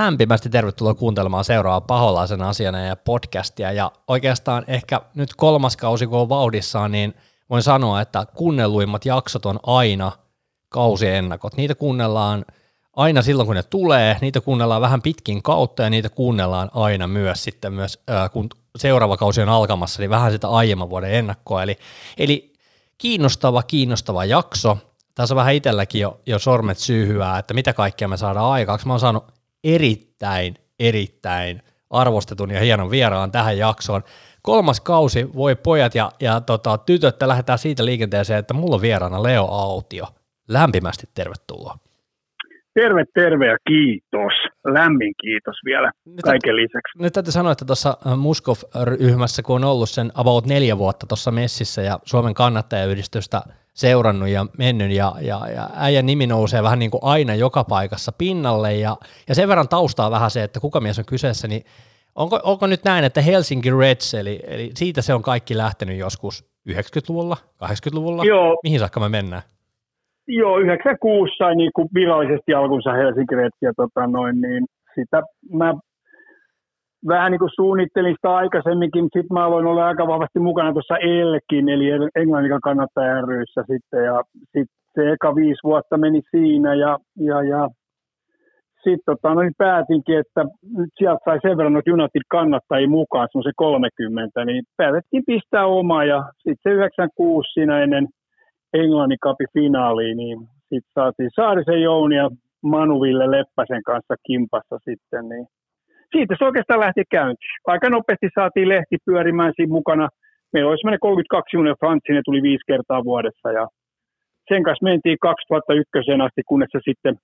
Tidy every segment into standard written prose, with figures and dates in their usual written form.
lämpimästi tervetuloa kuuntelemaan seuraavaa Paholaisen asiana ja podcastia, ja oikeastaan ehkä nyt 3. kausi kun on vauhdissaan, niin voin sanoa, että kuunnelluimmat jaksot on aina kausiennakot. Niitä kuunnellaan aina silloin, kun ne tulee, niitä kuunnellaan vähän pitkin kautta, ja niitä kuunnellaan aina myös sitten kun seuraava kausi on alkamassa, niin vähän sitä aiemman vuoden ennakkoa, eli kiinnostava jakso. Tässä on vähän itselläkin jo sormet syyhyää, että mitä kaikkea me saadaan aikaaksi. Mä oon saanut erittäin arvostetun ja hienon vieraan tähän jaksoon. 3. kausi, voi pojat ja tytöt, että lähdetään siitä liikenteeseen, että mulla on vieraana Leo Autio. Lämpimästi tervetuloa. Terve ja kiitos. Lämmin kiitos vielä kaiken lisäksi. Nyt täytyy sanoa, että tuossa Muskov-ryhmässä, kun on ollut sen about 4 vuotta tuossa messissä ja Suomen kannattajayhdistystä seurannut ja mennyt ja äijän nimi nousee vähän niin kuin aina joka paikassa pinnalle ja sen verran taustaa vähän se, että kuka mies on kyseessä, niin onko nyt näin, että Helsinki Reds, eli siitä se on kaikki lähtenyt joskus 90-luvulla, 80-luvulla? Joo. Mihin saakka me mennään? Joo, 96 sai niin kuin virallisesti alkunsa Helsinki Reds ja niin sitä mä vähän niin kuin suunnittelin sitä aikaisemminkin, mutta sitten mä aloin olla aika vahvasti mukana tuossa ELLkin, eli Englannin kannattaja ry:ssä sitten, ja sitten se eka 5 vuotta meni siinä, ja sitten päätinkin, että nyt sieltä sai sen verran noita United kannattajia mukaan, semmoisen 30, niin päätettiin pistää oma, ja sitten se 96 siinä ennen Englannin cupin finaaliin, niin sitten saatiin Saarisen Jouni ja Manu Ville Leppäsen kanssa kimpassa sitten, niin siitä se oikeastaan lähti käyntiin. Aika nopeasti saatiin lehti pyörimään siinä mukana. Meillä oli semmoinen 32 Junior Frantsi, ne tuli 5 kertaa vuodessa ja sen kanssa mentiin 2001 asti, kunnes se sitten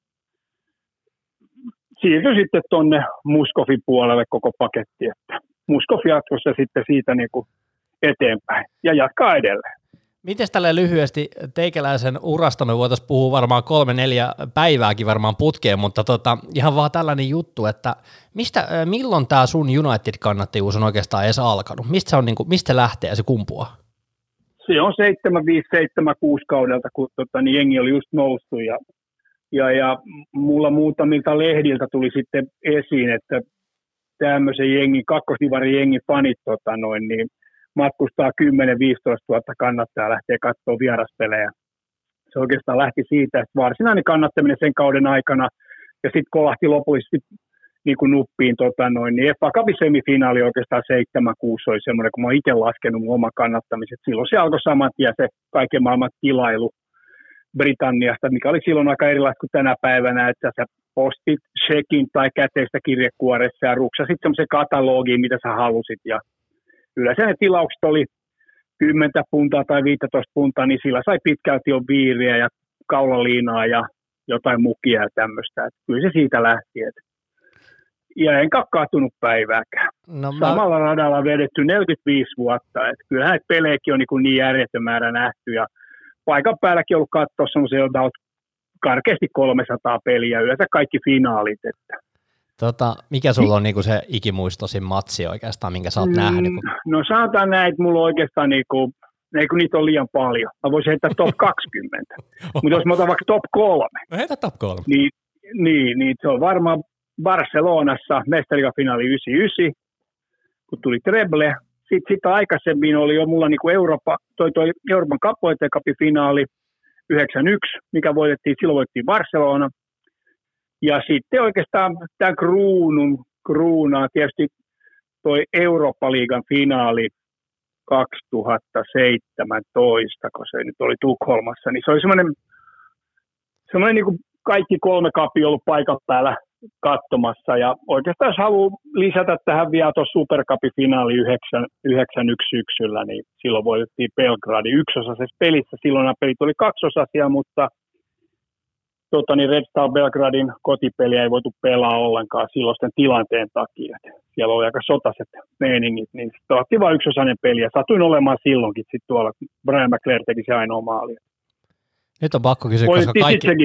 siirtyi sitten tuonne Muskofin puolelle koko paketti. Että Muskof jatkossa sitten siitä niin kuin eteenpäin ja jatkaa edelleen. Mites tällä lyhyesti teikäläisen urasta me voitaisiin puhua varmaan 3-4 päivääkin varmaan putkeen, mutta ihan vaan tällainen juttu, että milloin tämä sun United-kannattajuus on oikeastaan edes alkanut? Mistä lähtee ja se kumpuaa? Se on 75-76 kaudelta, kun niin jengi oli just noussut ja mulla muutamilta lehdiltä tuli sitten esiin, että tämmöisen jengin, kakkosdivarin jengin fanit niin matkustaa 10-15 000 kannattaa lähtee katsoa vieraspelejä. Se oikeastaan lähti siitä, että varsinainen kannattaminen sen kauden aikana ja sitten kolahti lopullisesti niin kuin nuppiin, niin FA Cupin semifinaali oikeastaan 7-6 oli semmoinen, kun mä oon itse laskenut mun oman kannattamisen. Silloin se alkoi saman tien se kaiken maailman tilailu Britanniasta, mikä oli silloin aika erilaista kuin tänä päivänä, että sä postit shekin tai käteistä kirjekuoressa ja ruksasit semmoisen katalogin, mitä sä halusit ja yleensä ne tilaukset oli 10 puntaa tai 15 puntaa, niin sillä sai pitkälti jo viiriä ja kaulaliinaa ja jotain mukia ja tämmöistä. Kyllä se siitä lähti. Ja enkä kaatunut päivääkään. Samalla radalla on vedetty 45 vuotta. Kyllähän näitä pelejäkin on niin järjetön määrä nähty. Ja paikan päälläkin ollut katsoa semmoisia, joita on karkeasti 300 peliä, yleensä kaikki finaalit. Mikä sulla on niinku se ikimuistoisin matsi oikeastaan, minkä sä oot nähnyt? No sanotaan näin, että mulla on oikeastaan kun niitä on liian paljon. Mä voisin heittää top 20. Mutta jos mä otan vaikka top 3. No heitä top 3. Niin se on varmaan Barcelonassa mestariliigafinaali 99, kun tuli treble. Sitten aikaisemmin oli jo mulla niinku Euroopan Cupin finaali 91, mikä silloin voitettiin Barcelona. Ja sitten oikeastaan tämän kruunaa tietysti toi Eurooppa-liigan finaali 2017, kun se nyt oli Tukholmassa, niin se oli semmoinen niin kuin kaikki 3 kapia ollut paikan päällä katsomassa. Ja oikeastaan jos haluaa lisätä tähän vielä tuossa Supercupin finaali 91 syksyllä, niin silloin voitettiin Belgradin yksiosaisessa pelissä. Silloin nämä pelit oli 2-osaisia, mutta Red Star Belgradin kotipeliä ei voitu pelaa ollenkaan silloisten tilanteen takia. Siellä oli aika sotaiset meiningit, niin sitten otti vain yksiosainen peli ja satuin olemaan silloinkin sitten tuolla, kun Brian McClare teki se ainoa maali. Nyt on pakko kysyä, koska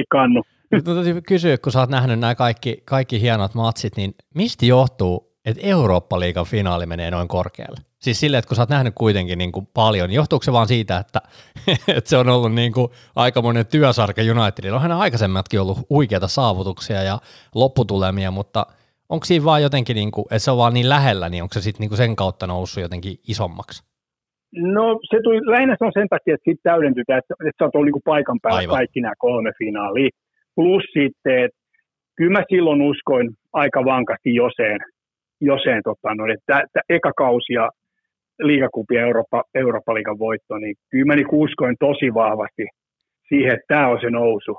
kun sä oot nähnyt nämä kaikki hienot matsit, niin mistä johtuu, että Eurooppa-liigan finaali menee noin korkealle? Siis silleen, että kun sä oot nähnyt kuitenkin niin kuin paljon, niin johtuuko se vaan siitä, että se on ollut niin kuin aikamoinen työsarka Unitedilla? Onhan ne aikaisemmatkin ollut huikeita saavutuksia ja lopputulemia, mutta Onko siinä vaan jotenkin, niin kuin, että se on vaan niin lähellä, niin onko se sitten niin sen kautta noussut jotenkin isommaksi? No se tuli lähinnä se on sen takia, että siitä täydentytään, että sä oot ollut niin kuin paikan päällä Aivan. kaikki nämä 3 finaalia. Plus sitten, että kyllä mä silloin uskoin aika vankasti Joseen että eka kausi ja liigakupin ja Eurooppa-liigan voitto, niin kyllä mä niin uskoin tosi vahvasti siihen, että tämä on se nousu.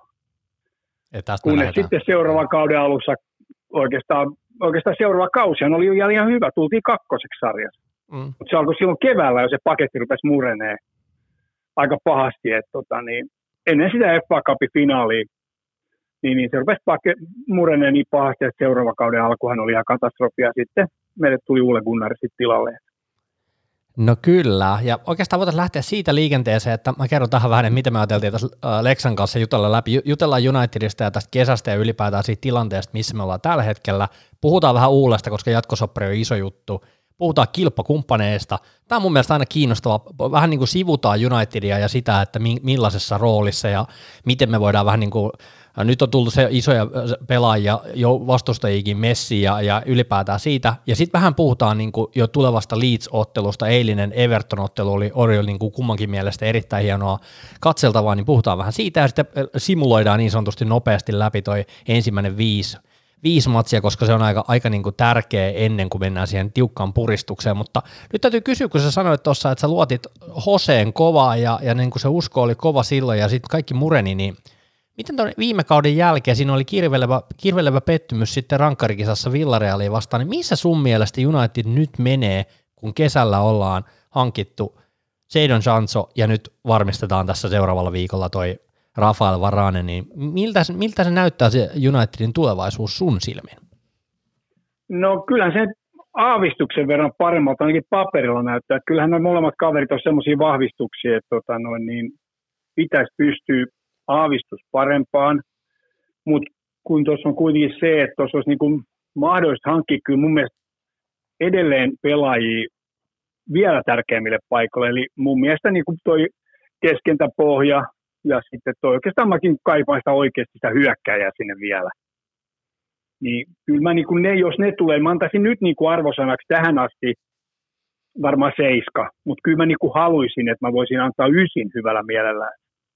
Kunnes sitten seuraavan kauden alussa oikeastaan seuraava kausihan oli ihan hyvä, tultiin 2. sarjassa. Mutta se alkoi silloin keväällä, jo se paketti rupesi murenee aika pahasti, että ennen sitä FA Cupin finaalia, niin se rupesi murenee niin pahasti, että seuraava kauden alkuhan oli ihan katastrofi, ja sitten meille tuli Ole Gunnar sitten tilalle. No kyllä, ja oikeastaan voitaisiin lähteä siitä liikenteeseen, että mä kerron tähän vähän, miten me ajateltiin tässä Leksan kanssa jutella läpi. Jutellaan Unitedista ja tästä kesästä ja ylipäätään siitä tilanteesta, missä me ollaan tällä hetkellä. Puhutaan vähän Uulesta, koska jatkosoppari on iso juttu. Puhutaan kilpakumppaneista. Tämä on mun mielestä aina kiinnostavaa. Vähän niin kuin sivutaan Unitedia ja sitä, että millaisessa roolissa ja miten me voidaan vähän niin kuin, nyt on tullut se isoja pelaajia, jo vastustajikin Messi ja ylipäätään siitä. Ja sitten vähän puhutaan niin kuin jo tulevasta Leeds-ottelusta. Eilinen Everton-ottelu oli niin kuin kummankin mielestä erittäin hienoa katseltavaa, niin puhutaan vähän siitä ja sitten simuloidaan niin sanotusti nopeasti läpi toi ensimmäinen 5 matsia, koska se on aika niin kuin tärkeä ennen kuin mennään siihen tiukkaan puristukseen, mutta nyt täytyy kysyä, kun sä sanoit tuossa, että sä luotit Joseen kovaa ja niin kuin se usko oli kova silloin ja sitten kaikki mureni, niin miten tuon viime kauden jälkeen, siinä oli kirvelevä pettymys sitten rankkarikisassa Villarealia vastaan, niin missä sun mielestä United nyt menee, kun kesällä ollaan hankittu Jadon Sancho ja nyt varmistetaan tässä seuraavalla viikolla toi Rafael Varane, niin miltä se näyttää se Unitedin tulevaisuus sun silmin? No kyllähän se aavistuksen verran paremmalta ainakin paperilla näyttää. Että kyllähän nuo molemmat kaverit on semmoisia vahvistuksia, että niin pitäisi pystyä aavistus parempaan, mutta kun tuossa on kuitenkin se, että tuossa olisi niin mahdollista hankkia kyllä mun mielestä edelleen pelaajia vielä tärkeämmille paikoille. Eli mun mielestä niin toi keskentäpohja, ja sitten oikeastaan mäkin kaipaan sitä oikeasti sitä hyökkääjää sinne vielä. Niin kyllä mä jos ne tulee, mä antaisin nyt arvosanaksi tähän asti varmaan 7, mutta kyllä mä haluaisin, että mä voisin antaa 9 hyvällä mielellään.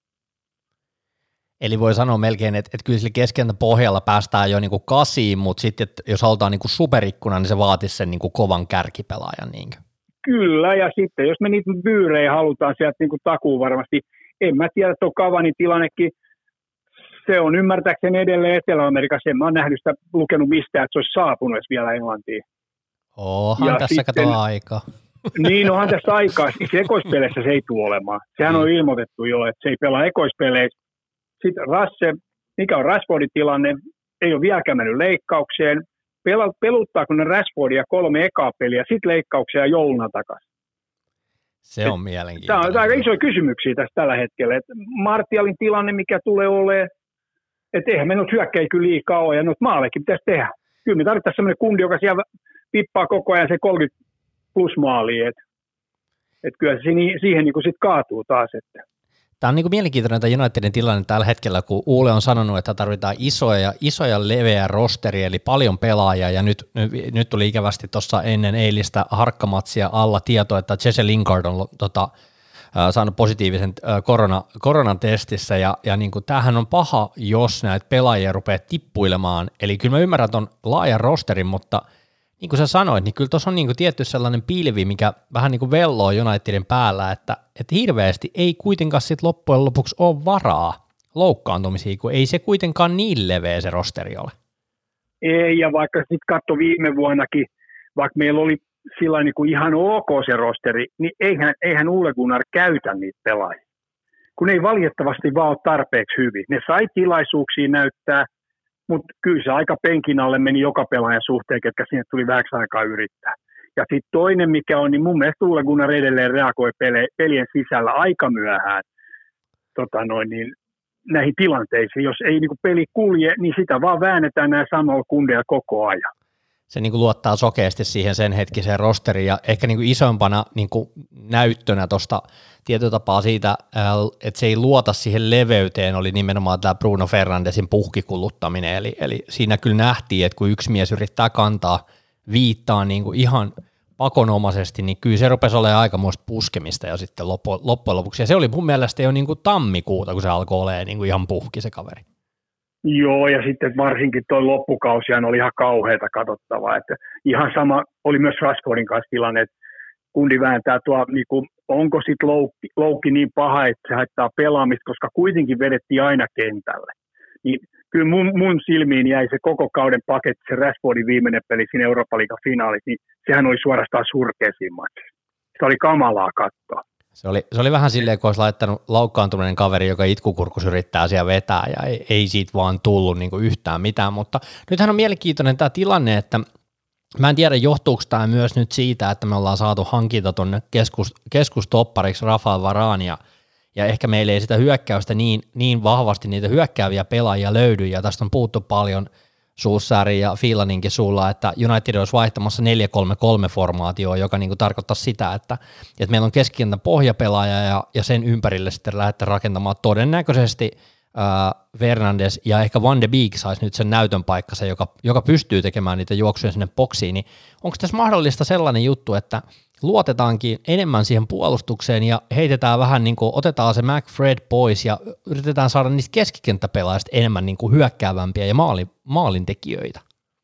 Eli voi sanoa melkein, että kyllä sillä keskentäpohjalla päästään jo 8, mutta sitten jos halutaan superikkuna, niin se vaatisi sen kovan kärkipelaajan. Niinkö? Kyllä, ja sitten jos me niitä byyrejä halutaan sieltä takuun varmasti, en mä tiedä, tuo Cavanin tilannekin, se on ymmärtääkseni edelleen Etelä-Amerikassa. En mä oon nähnyt sitä, lukenut mistään, että se olisi saapunut edes vielä Englantiin. Onhan tässä kato aikaa. Niin, onhan tässä aikaa. Ekoispeleissä se ei tule olemaan. Sehän on ilmoitettu jo, että se ei pelaa ekoispeleissä. Sitten mikä on Rashfordin tilanne, ei ole vieläkään mennyt leikkaukseen. Peluttaako ne Rashfordia 3 ekaa peliä, sitten leikkauksia jouluna takaisin? Se on mielenkiintoinen. Tämä on aika isoja kysymyksiä tässä tällä hetkellä. Et Martialin tilanne, mikä tulee olemaan, että eihän me nyt hyökkäi kyllä liikaa ole, ja nyt maalekin pitäisi tehdä. Kyllä me tarvittaisiin sellainen kundi, joka siellä pippaa koko ajan se 30 plus maalia, että kyllä se siihen sit kaatuu taas. Että. Tämä on mielenkiintoinen tämä Unitedin tilanne tällä hetkellä, kun Uule on sanonut, että tarvitaan isoja leveä rosteri, eli paljon pelaajia, ja nyt tuli ikävästi tuossa ennen eilistä harkkamatsia alla tieto, että Jesse Lingard on saanut positiivisen koronan testissä, ja tämähän on paha, jos näitä pelaajia rupeaa tippuilemaan, eli kyllä mä ymmärrän ton laajan rosterin, mutta niin kuin sä sanoit, niin kyllä tuossa on tietty sellainen pilvi, mikä vähän velloo Unitedin päällä, että hirveästi ei kuitenkaan sit loppujen lopuksi ole varaa loukkaantumisiin, kun ei se kuitenkaan niin leveä se rosteri ole. Ei, ja vaikka sitten katso viime vuonnakin, vaikka meillä oli sillä ihan ok se rosteri, niin eihän Ole Gunnar käytä niitä pelaajia, kun ei valitettavasti vaan ole tarpeeksi hyvin. Ne sai tilaisuuksia näyttää, mutta kyllä se aika penkin alle meni joka pelaajan suhteen, ketkä sinne tuli vähäksi aikaa yrittää. Ja sitten toinen, mikä on, niin mun mielestä Ole Gunnar edelleen reagoi pelien sisällä aika myöhään näihin tilanteisiin. Jos ei peli kulje, niin sitä vaan väännetään nämä samoilla kundeilla koko ajan. se niin kuin luottaa sokeasti siihen sen hetkiseen rosteriin, ja ehkä niin kuin isompana niin kuin näyttönä tuosta tietyllä tapaa siitä, että se ei luota siihen leveyteen, oli nimenomaan tämä Bruno Fernandesin puhkikuluttaminen, eli siinä kyllä nähtiin, että kun yksi mies yrittää kantaa viittaa niin kuin ihan pakonomaisesti, niin kyllä se rupesi olemaan aikamoista puskemista jo sitten loppujen lopuksi, ja se oli mun mielestä jo niin kuin tammikuuta, kun se alkoi olemaan niin kuin ihan puhki se kaveri. Joo, ja sitten varsinkin tuo loppukausihan oli ihan kauheata katsottavaa, että ihan sama oli myös Rashfordin kanssa tilanne, että kundi vääntää tuo, niin kuin, onko sitten loukki niin paha, että se haittaa pelaamista, koska kuitenkin vedettiin aina kentälle. Niin kyllä mun silmiin jäi se koko kauden paketti, se Rashfordin viimeinen peli siinä Eurooppa-liigan finaalissa, niin sehän oli suorastaan surkea siinä matsissa. Se oli kamalaa katsoa. Se oli vähän silleen, kun olisi laittanut laukkaantuneen kaveri, joka itkukurkus yrittää siellä vetää, ja ei siitä vaan tullut niin kuin yhtään mitään, mutta nythän on mielenkiintoinen tämä tilanne, että mä en tiedä, johtuuko tämä myös nyt siitä, että me ollaan saatu hankinta tuonne keskustoppariksi Rafael Varane, ja ehkä meillä ei sitä hyökkäystä niin vahvasti niitä hyökkääviä pelaajia löydy, ja tästä on puhuttu paljon Solskjaerin ja Filaninkin suulla, että United olisi vaihtamassa 4-3-3-formaatioon, joka niin kuin tarkoittaa sitä, että meillä on keskikentän pohjapelaaja ja sen ympärille sitten lähdetään rakentamaan todennäköisesti Fernandes ja ehkä Van de Beek saisi nyt sen näytön paikkansa, joka pystyy tekemään niitä juoksuja sinne boksiin, niin onko tässä mahdollista sellainen juttu, että luotetaankin enemmän siihen puolustukseen ja heitetään vähän, niin kuin otetaan se McFred pois ja yritetään saada niistä keskikenttäpelaajista enemmän niin kuin hyökkäävämpiä ja maalintekijöitä?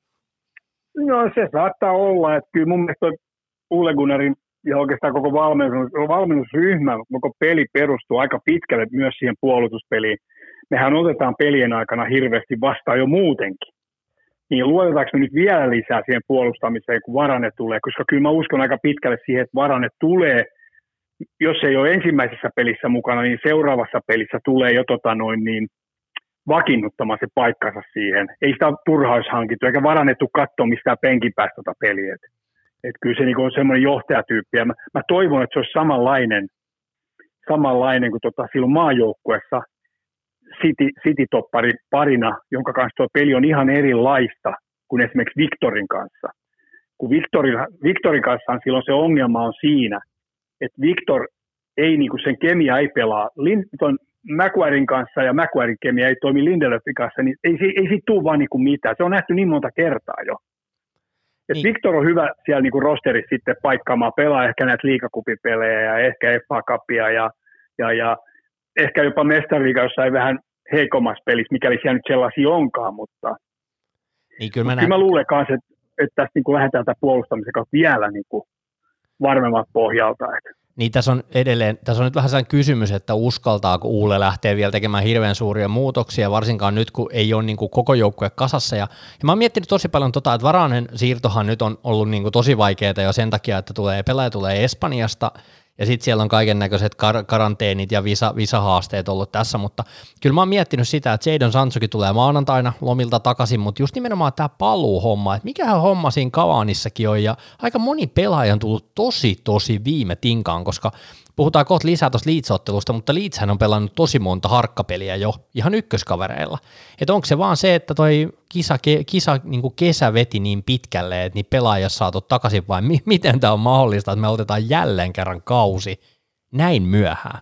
No se saattaa olla, että kyllä mun mielestä Ole Gunnarin ja oikeastaan koko valmennusryhmä, koko peli perustuu aika pitkälle myös siihen puolustuspeliin. Mehän otetaan pelien aikana hirveästi vastaan jo muutenkin. Niin luotetaanko me nyt vielä lisää siihen puolustamiseen, kun Varane tulee, koska kyllä mä uskon aika pitkälle siihen, että Varane tulee, jos ei ole ensimmäisessä pelissä mukana, niin seuraavassa pelissä tulee jo vakiinnuttamaan se paikkansa siihen. Ei sitä ole turhaushankittu, eikä Varane tule katsoa mistään penkin päästä peliä. Että kyllä se niin on semmoinen johtajatyyppi, ja mä toivon, että se olisi samanlainen kuin silloin maajoukkuessa City-toppari parina, jonka kanssa tuo peli on ihan erilaista kuin esimerkiksi Victorin kanssa. Kun Victorin kanssa silloin se ongelma on siinä, että Victor ei niin kuin sen kemia ei pelaa. Maguiren kanssa ja Maguiren kemia ei toimi Lindelöfin kanssa, niin ei siitä tule vaan niin kuin mitään. Se on nähty niin monta kertaa jo. Niin. Victor on hyvä siellä niin kuin rosterissa sitten paikkaamaan, pelaa ehkä näitä liigakupipelejä ja ehkä FA Cupia ja ehkä jopa Mestariliiga jossain vähän heikommassa pelissä, mikäli siellä nyt sellaisia onkaan, mutta niin kyllä mä luulen kanssa, että tästä niin kuin lähdetään tämän puolustamisen kautta vielä niin kuin varmemmat pohjalta. Niin tässä on nyt vähän sellainen kysymys, että uskaltaako Uule lähteä vielä tekemään hirveän suuria muutoksia, varsinkaan nyt, kun ei ole niin kuin koko joukkue kasassa. Ja mä oon miettinyt tosi paljon että Varanen siirtohan nyt on ollut niin kuin tosi vaikeaa jo sen takia, että pelaaja tulee Espanjasta, ja sitten siellä on kaiken näköiset karanteenit ja visahaasteet ollut tässä, mutta kyllä mä oon miettinyt sitä, että Jadon Sanchokin tulee maanantaina lomilta takaisin, mutta just nimenomaan tämä paluuhomma, että mikähän homma siinä Cavanissakin on, ja aika moni pelaaja on tullut tosi viime tinkaan, koska puhutaan kohta lisää tuosta Leeds-ottelusta, mutta Leedshän on pelannut tosi monta harkkapeliä jo ihan ykköskavereilla. Että onko se vaan se, että toi kisa niin kuin kesä veti niin pitkälle, että niin pelaajat saatu takaisin, vai miten tämä on mahdollista, että me otetaan jälleen kerran kausi näin myöhään?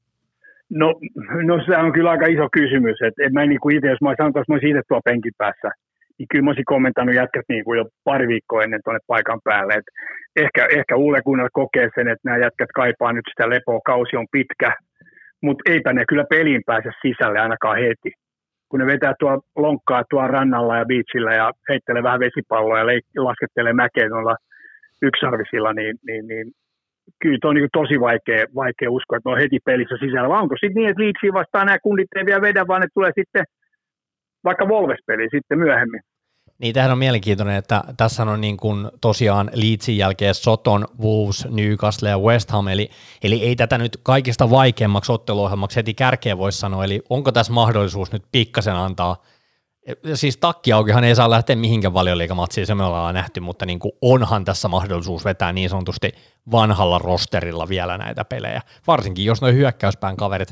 No se on kyllä aika iso kysymys. Että mä niin kuin itse, jos mä sanoin, että mä olisin itse tuolla penkin päässä, niin kyllä mä olisin kommentoinut jätkät niin kuin jo pari viikkoa ennen tuonne paikan päälle. Et ehkä Ole Gunnar kokee sen, että nämä jätkät kaipaa nyt sitä lepoa, kausi on pitkä, mutta eipä ne kyllä peliin pääse sisälle ainakaan heti. Kun ne vetää lonkkaa tuolla rannalla ja beachillä ja heittelee vähän vesipalloa ja laskettelee mäkeä noilla yksarvisilla, niin kyllä tuo on niin tosi vaikea uskoa, että ne on heti pelissä sisällä. Vai onko sitten niin, että Leedsiin vastaan nämä kundit ei vielä vedä, vaan ne tulee sitten vaikka Wolves-peli sitten myöhemmin. Niin, tämähän on mielenkiintoinen, että tässä on niin kuin tosiaan Leedsin jälkeen Soton, Wolves, Newcastle ja West Ham, eli ei tätä nyt kaikista vaikeammaksi otteluohjelmaksi heti kärkeen voisi sanoa, eli onko tässä mahdollisuus nyt pikkasen antaa, siis takki aukihan ei saa lähteä mihinkään Valioliigamatsiin, se me ollaan nähty, mutta niin kuin onhan tässä mahdollisuus vetää niin sanotusti vanhalla rosterilla vielä näitä pelejä, varsinkin jos nuo hyökkäyspään kaverit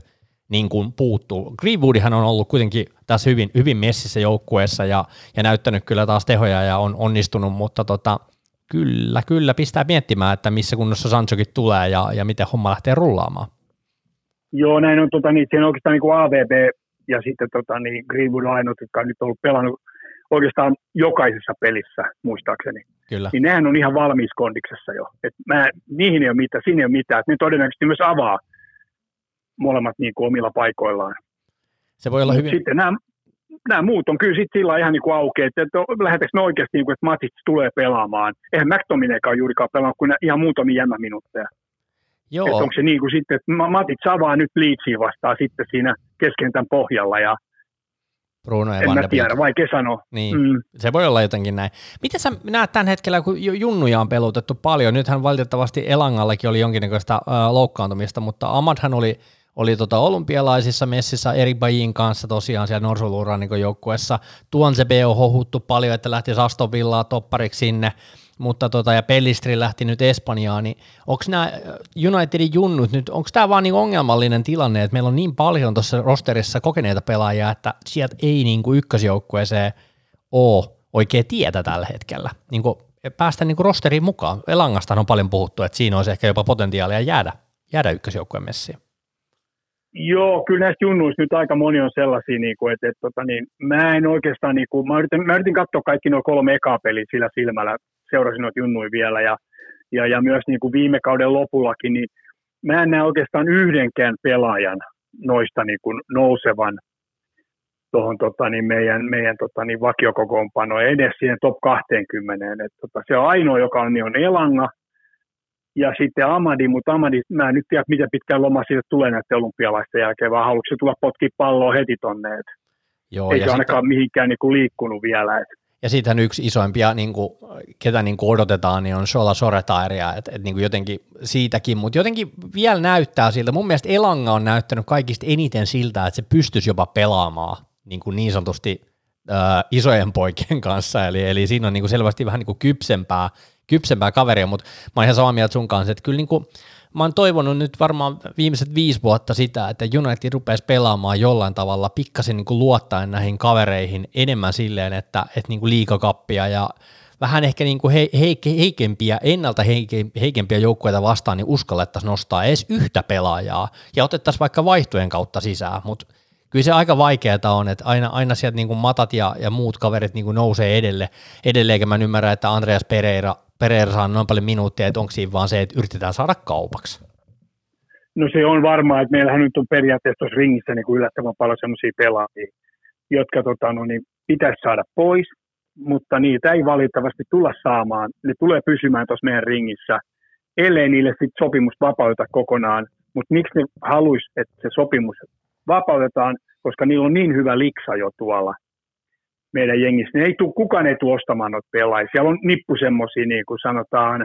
niin kuin puuttuu. Greenwoodhan on ollut kuitenkin tässä hyvin messissä joukkueessa ja näyttänyt kyllä taas tehoja ja on onnistunut, mutta kyllä pistää miettimään, että missä kunnossa Sanchokin tulee ja miten homma lähtee rullaamaan. Joo, näin on. Siinä on oikeastaan niin kuin AVB ja sitten Greenwood on ainut, jotka on nyt ollut pelannut oikeastaan jokaisessa pelissä, muistaakseni. Kyllä. Niin nehän on ihan valmiissa kondiksessa jo. Niihin ei ole mitään, siinä ei ole mitään. Ne todennäköisesti myös avaa molemmat niin kuin omilla paikoillaan. Se voi olla hyvin. Sitten nämä muut on kyllä sitten sillä ihan niin kuin auki, että lähdetäänkö me oikeasti, niin kuin, että Matic tulee pelaamaan. Eihän McTominaykaan juurikaan pelannut kuin ihan muutamia jämäminuutteja. Joo. Että onko se niin kuin sitten, että Matic avaa nyt Leedsiä vastaan sitten siinä keskentän pohjalla ja Bruno ja en mä tiedä, vaikea sanoa. Niin, se voi olla jotenkin näin. Miten sä näet tämän hetkellä, kun junnuja on pelutettu paljon, nythän valitettavasti Elangallakin oli jonkinnäköistä loukkaantumista, mutta Amadhan oli olympialaisissa messissä Erik Bajin kanssa tosiaan siellä Norsulurannikon joukkueessa. Tuanzebe on hohuttu paljon, että lähtisi Aston Villaa toppariksi sinne, mutta ja Pellistri lähti nyt Espanjaan, niin onko nämä Unitedin junnut nyt, onko tämä vaan niin ongelmallinen tilanne, että meillä on niin paljon tuossa rosterissa kokeneita pelaajia, että sieltä ei niin kuin ykkösjoukkueeseen ole oikein tietä tällä hetkellä, niin kuin päästä niin kuin rosteriin mukaan. Elangasta on paljon puhuttu, että siinä olisi ehkä jopa potentiaalia jäädä ykkösjoukkueen messiin. Joo, kyllä näistä junnuista nyt aika moni on sellaisia, että mä en oikeastaan, mä yritin katsoa kaikki nuo 3 ekaa peliä sillä silmällä, seurasin noita junnuja vielä ja myös niin kuin viime kauden lopullakin, niin mä en näe oikeastaan yhdenkään pelaajan noista niin kuin nousevan tuohon meidän vakiokokoonpanoon edes siihen top 20. Se on ainoa, joka on Elanga ja sitten Amadi, mutta Amadi, mä en nyt tiedä, miten pitkään loma siitä tulee näiden olympialaisten jälkeen, vaan haluatko se tulla potkia palloa heti tonne, ei se ainakaan mihinkään niin kuin liikkunut vielä. Ja siitähän yksi isoimpia, niin kuin, ketä niin kuin odotetaan, niin on Shola Soretairia, että niin kuin jotenkin siitäkin, mutta jotenkin vielä näyttää siltä. Mun mielestä Elanga on näyttänyt kaikista eniten siltä, että se pystyisi jopa pelaamaan niin sanotusti isojen poikien kanssa, eli siinä on niin kuin selvästi vähän niin kuin kypsempää kaveria, mutta mä oon ihan samaa mieltä sun kanssa, että kyllä niin kuin, mä oon toivonut nyt varmaan viimeiset 5 vuotta sitä, että United rupeaisi pelaamaan jollain tavalla pikkasen niin kuin luottaen näihin kavereihin enemmän silleen, että niin kuin liigakappia ja vähän ehkä niin kuin ennalta heikempiä joukkueita vastaan, niin uskallettaisiin nostaa edes yhtä pelaajaa ja otettaisiin vaikka vaihtojen kautta sisään, mutta kyllä se aika vaikeaa on, että aina sieltä niin kuin matat ja muut kaverit niin kuin nousee edelleen, eikä mä ymmärrä, että Andreas Pereira saa noin paljon minuuttia, että onko siinä vaan se, että yritetään saada kaupaksi? No se on varmaa, että meillähän nyt on periaatteessa tuossa ringissä niin kuin yllättävän paljon sellaisia pelaajia, jotka pitäisi saada pois, mutta niitä ei valitettavasti tulla saamaan. Ne tulee pysymään tuossa meidän ringissä, ellei niille sit sopimus vapauta kokonaan. Mutta miksi ne haluaisi, että se sopimus vapautetaan, koska niillä on niin hyvä liksa jo tuolla meidän jengissä. Kukaan ei tule ostamaan noita pelaajia. Siellä on nippu semmoisia, niin kuin sanotaan,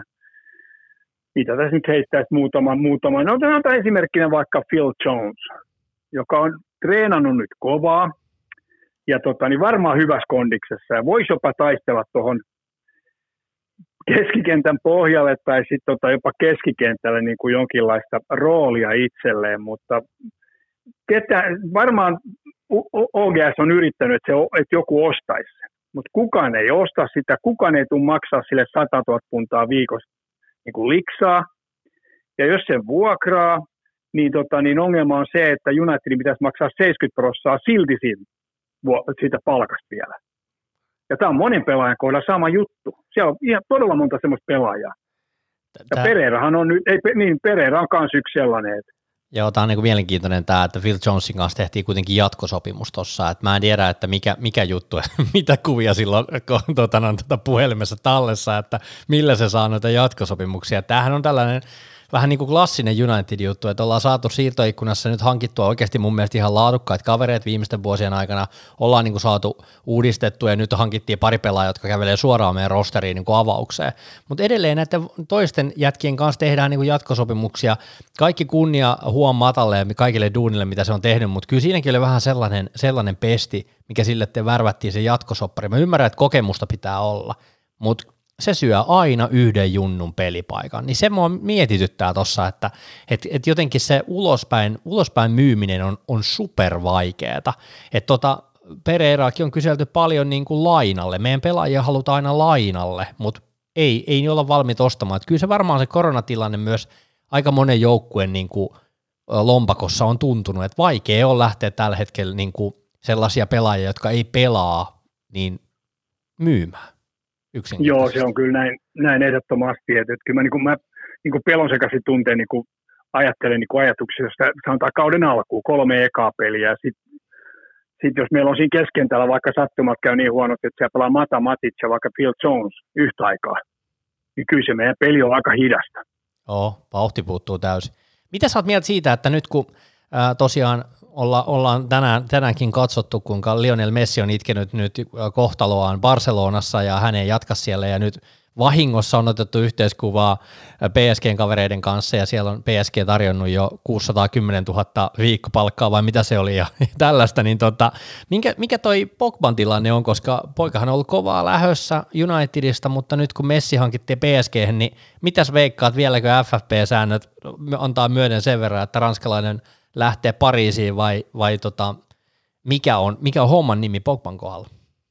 mitä tässä nyt heittäisi muutama. No otetaan esimerkkinä vaikka Phil Jones, joka on treenannut nyt kovaa ja niin varmaan hyvässä kondiksessa ja voisi jopa taistella tuohon keskikentän pohjalle tai sitten jopa keskikentälle niin kuin jonkinlaista roolia itselleen, mutta varmaan OGS on yrittänyt, että joku ostaisi sen, mutta kukaan ei osta sitä, kukaan ei tule maksaa sille 100 000 puntaa viikossa niin kuin liksaa, ja jos se vuokraa, niin ongelma on se, että Unitedin pitäisi maksaa 70% silti siitä palkasta vielä. Ja tämä on monen pelaajan kohdalla sama juttu. Siellä on ihan todella monta semmoista pelaajaa. Ja Pereirahan on nyt, Pereira on myös yksi sellainen, että joo, tämä on niin kuin mielenkiintoinen tämä, että Phil Jonesin kanssa tehtiin kuitenkin jatkosopimus tuossa, että mä en tiedä, että mikä juttu, mitä kuvia silloin puhelimessa tallessa, että millä se saa noita jatkosopimuksia. Tämähän on tällainen vähän niin kuin klassinen United-juttu, että ollaan saatu siirtoikkunassa nyt hankittua oikeasti mun mielestä ihan laadukkaita kavereita viimeisten vuosien aikana, ollaan niin kuin saatu uudistettua ja nyt hankittiin pari pelaajaa, jotka kävelee suoraan meidän rosteriin niin kuin avaukseen, mutta edelleen näiden toisten jätkien kanssa tehdään niin kuin jatkosopimuksia, kaikki kunnia huom matalle ja kaikille duunille, mitä se on tehnyt, mutta kyllä siinäkin oli vähän sellainen pesti, mikä sille te värvättiin se jatkosoppari. Mä ymmärrän, että kokemusta pitää olla, mutta se syö aina yhden junnun pelipaikan, niin se mua mietityttää tuossa, että jotenkin se ulospäin myyminen on super vaikeeta, että Pereiraakin on kyselty paljon niin kuin lainalle, meidän pelaajia halutaan aina lainalle, mutta ei olla valmiit ostamaan, että kyllä se varmaan se koronatilanne myös aika monen joukkueen niin kuin lompakossa on tuntunut, että vaikea on lähteä tällä hetkellä niin kuin sellaisia pelaajia, jotka ei pelaa, niin myymään. Joo, se on kyllä näin ehdottomasti, että kyllä mä pelon sekaisin tunteen ajattelen ajatuksia, jos sanotaan kauden alkuun 3 ekaa peliä, ja sitten jos meillä on siinä keskentällä vaikka sattumat käy niin huonot, että siellä pelaa Mata Matic ja vaikka Phil Jones yhtä aikaa, niin kyllä se meidän peli on aika hidasta. Joo, vauhti puuttuu täysin. Mitä sä oot mieltä siitä, että nyt kun tosiaan ollaan tänäänkin katsottu, kuinka Lionel Messi on itkenyt nyt kohtaloaan Barcelonassa ja hän ei jatka siellä ja nyt vahingossa on otettu yhteiskuvaa PSGn kavereiden kanssa ja siellä on PSG tarjonnut jo 610 000 viikkopalkkaa vai mitä se oli ja tällaista, niin mikä toi Pogban tilanne on, koska poikahan on ollut kovaa lähössä Unitedista, mutta nyt kun Messi hankittiin PSG:hen, niin mitäs veikkaat, vieläkö FFP-säännöt antaa myöden sen verran, että ranskalainen lähtee Pariisiin vai mikä on homman nimi Pogban kohdalla?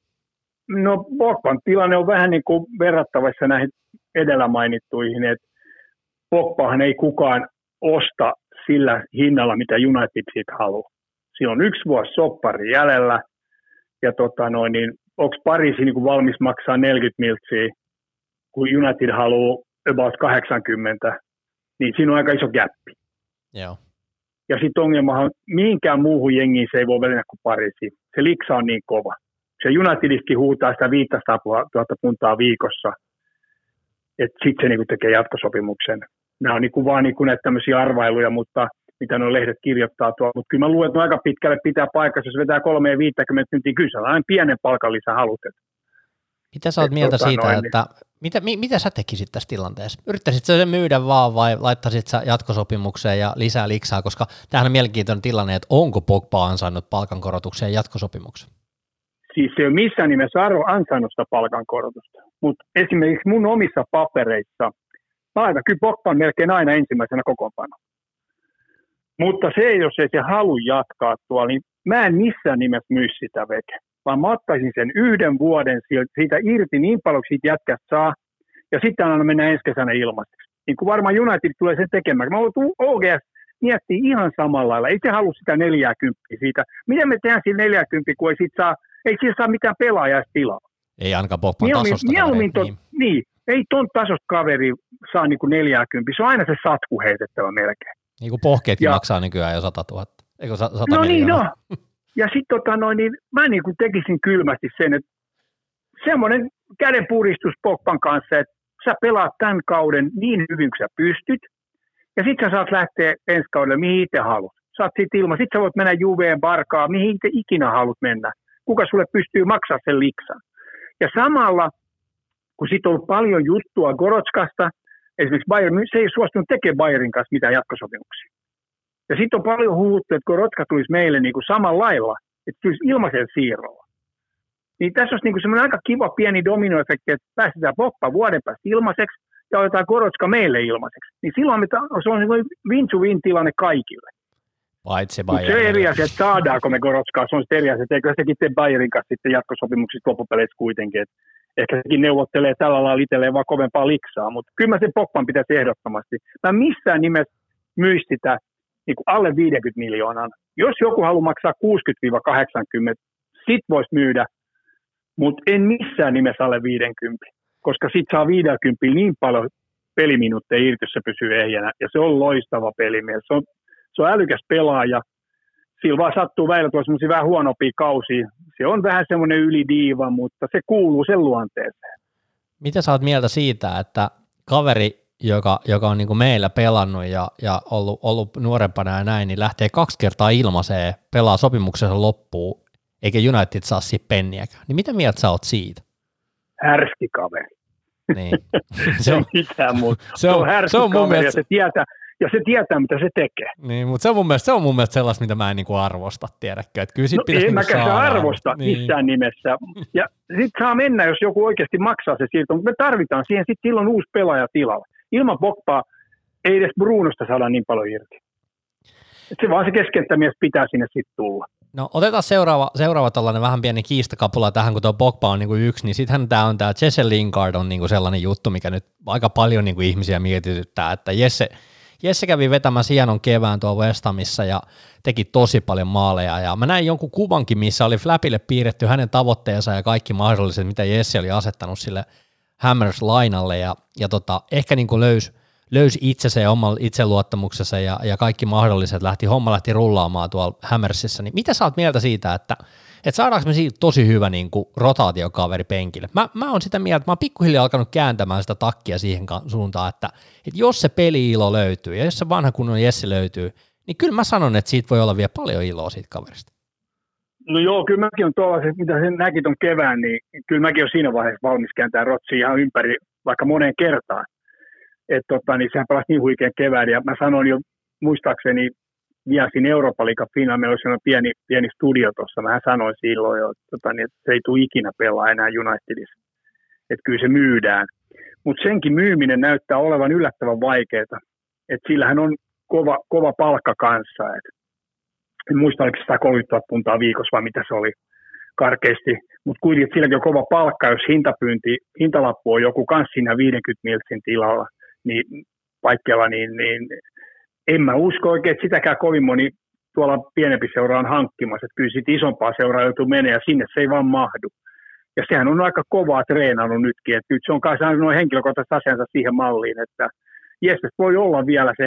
No Pogban tilanne on vähän niin kuin verrattavissa näihin edellä mainittuihin, että Pogbahan ei kukaan osta sillä hinnalla, mitä United siitä haluaa. Siinä on 1 vuosi soppari jäljellä, ja niin onko Pariisi niin kuin valmis maksaa 40 miltsiä, kun United haluaa about 80, niin siinä on aika iso gappi. Joo. Ja sitten ongelmahan, mihinkään muuhun jengiin se ei voi välillä kuin Pariisiin. Se liksa on niin kova. Se Unitediskin huutaa sitä 500 000 puntaa viikossa, että sitten se niinku tekee jatkosopimuksen. Nämä on vaan näitä tämmöisiä arvailuja, mutta mitä nuo lehdet kirjoittaa tuolla. Mutta kyllä mä luulen, että aika pitkälle pitää paikassa, jos vetää 3-50 tuntia, kyllä se on aina pienen palkanlisä halutet. Mitä sä oot mieltä siitä, että mitä sä tekisit tässä tilanteessa? Yrittäisit sä sen myydä vaan vai laittaisit sä jatkosopimukseen ja lisää liksaa, koska tämähän on mielenkiintoinen tilanne, että onko Pogba ansainnut palkankorotuksen ja jatkosopimuksen? Siis se ei ole missään nimessä ansainnut sitä palkankorotusta, mutta esimerkiksi mun omissa papereissa, kyllä Pogba on melkein aina ensimmäisenä kokoonpano. Mutta jos ei se halua jatkaa tuolla, niin mä en missään nimessä myy sitä veke, vaan mä ottaisin sen 1 vuoden siitä irti niin paljon, kuin siitä jätkästä saa, ja sitten aina mennään ensi kesänä ilmaiseksi. Niin kuin varmaan United tulee sen tekemään. Mä oon OGS miettii ihan samalla lailla, ei se halua sitä 40 siitä. Miten me tehdään siinä 40, kun ei siinä saa mitään pelaajaa tilaa. Ei ainakaan Pogban tasosta. Niin, ei ton tasosta kaveri saa niin kuin 40, se on aina se satku heitettävä melkein. Niin kuin pohkeetkin maksaa nykyään jo 100 000. Eikö 100 no miljoonaa? Niin, no. Ja sitten niin mä niin kuin tekisin kylmästi sen, että semmoinen kädenpuristus Pogban kanssa, että sä pelaat tämän kauden niin hyvin kuin sä pystyt, ja sitten sä saat lähteä ensi kaudelle, mihin itse haluat. Saat siitä ilman, sitten sä voit mennä Juveen, Barkaan, mihin itse ikinä haluat mennä. Kuka sulle pystyy maksaa sen liksan. Ja samalla, kun siitä on ollut paljon juttua Goretskasta, esimerkiksi Bayern, se ei suostunut tekemään Bayerin kanssa mitään jatkosopimuksia. Ja sitten on paljon huuttu, että Goretzka tulisi meille niin kuin samalla lailla, että tulisi ilmaisen siirrolla. Niin tässä olisi niin kuin semmoinen aika kiva pieni dominoefekti, että päästetään Pogba vuoden päästä ilmaiseksi ja otetaan Goretzka meille ilmaiseksi. Niin silloin se on semmoinen win-to-win tilanne kaikille. Paitsi Bayern. Se eri asia, että saadaanko me Goretzkaa, se on eri asia, että eikö sekin tee Bayerin kanssa sitten jatkosopimuksista loppupeleissä kuitenkin, että ehkä sekin neuvottelee tällä lailla itselleen vaan kovempaa liksaa, mutta kyllä mä sen Pogban pitäisi ehdottomasti. Mä missään nimessä myisi sitä niin kuin alle 50 miljoonaa. Jos joku haluaa maksaa 60-80, sit voisi myydä, mutta en missään nimessä alle 50, koska sit saa 50 niin paljon peliminuutteja irti, jos se pysyy ehjänä, ja se on loistava pelimies. Se on älykäs pelaaja, sillä vaan sattuu välillä tuossa semmoisia vähän huonompia kausia. Se on vähän semmoinen ylidiiva, mutta se kuuluu sen luonteeseen. Mitä sä oot mieltä siitä, että kaveri, joka on niin kuin meillä pelannut ja ollut nuorempana ja näin, niin lähtee 2 kertaa ilmaiseen, pelaa sopimuksensa loppuun, eikä United saa siitä penniäkään. Niin mitä mieltä sä oot siitä? Härski kaveri. Niin. Se on mitään muuta. Se on härski se on kaveri ja se tietää. ja se tietää, mitä se tekee. Niin, mutta se on mun mielestä sellaista, mitä mä en niinku arvosta, tiedäkö? Että kyllä sit pitäisi en niinku mäkään saada. arvosta missään nimessä. Ja sitten saa mennä, jos joku oikeasti maksaa se siirto, mutta me tarvitaan siihen sitten silloin uusi pelaaja tilalla. Ilman Pogbaa ei edes Brunosta saada niin paljon irti. Se vaan se keskenttämies pitää sinne sitten tulla. No otetaan seuraava tällainen vähän pieni kiistakapula tähän, kun tuo Pogba on niinku yksi, niin sittenhän tämä Jesse Lingard on niinku sellainen juttu, mikä nyt aika paljon niinku ihmisiä mietityttää, että Jesse kävi vetämässä hienon kevään tuolla West Hamissa ja teki tosi paljon maaleja, ja mä näin jonkun kuvankin, missä oli Flapille piirretty hänen tavoitteensa ja kaikki mahdolliset, mitä Jesse oli asettanut sille Hammers-lainalle, ja ehkä niinku löysi itsensä ja oman itseluottamuksensa ja kaikki mahdolliset, homma lähti rullaamaan tuolla Hammersissa, niin mitä sä oot mieltä siitä, että saadaanko me siitä tosi hyvä niin kuin rotaatiokaveri penkille? Mä oon sitä mieltä, että mä oon pikkuhiljaa alkanut kääntämään sitä takkia siihen suuntaan, että jos se peli-ilo löytyy ja jos se vanha kunnon Jesse löytyy, niin kyllä mä sanon, että siitä voi olla vielä paljon iloa siitä kaverista. No joo, kyllä mäkin on tuollaiset, mitä sen näki ton kevään, niin kyllä mäkin on siinä vaiheessa valmis kääntää rotsia ihan ympäri, vaikka moneen kertaan. Niin sehän pelasi niin huikean kevään, ja mä sanoin jo muistaakseni vielä siinä Eurooppa-liigan finaali, meillä oli sellainen pieni studio tuossa, mä sanoin silloin jo, että se ei tule ikinä pelaa enää Unitedissa, että kyllä se myydään. Mutta senkin myyminen näyttää olevan yllättävän vaikeaa, että sillähän on kova palkka kanssa, en muista oliko 130 000 puntaa viikossa vai mitä se oli karkeasti, mutta kuitenkin silläkin on kova palkka, jos hintalappu on joku kans siinä 50 miltsin tilalla, niin paikkeilla, niin en mä usko oikein, että sitäkään kovin moni tuolla pienempi seura on hankkimassa, että kyllä siitä isompaa seuraa joutuu menemään ja sinne se ei vaan mahdu. Ja sehän on aika kovaa treenannut nytkin, että nyt se on kai saanut noin henkilökohtaiset asiansa siihen malliin, että Jesses voi olla vielä se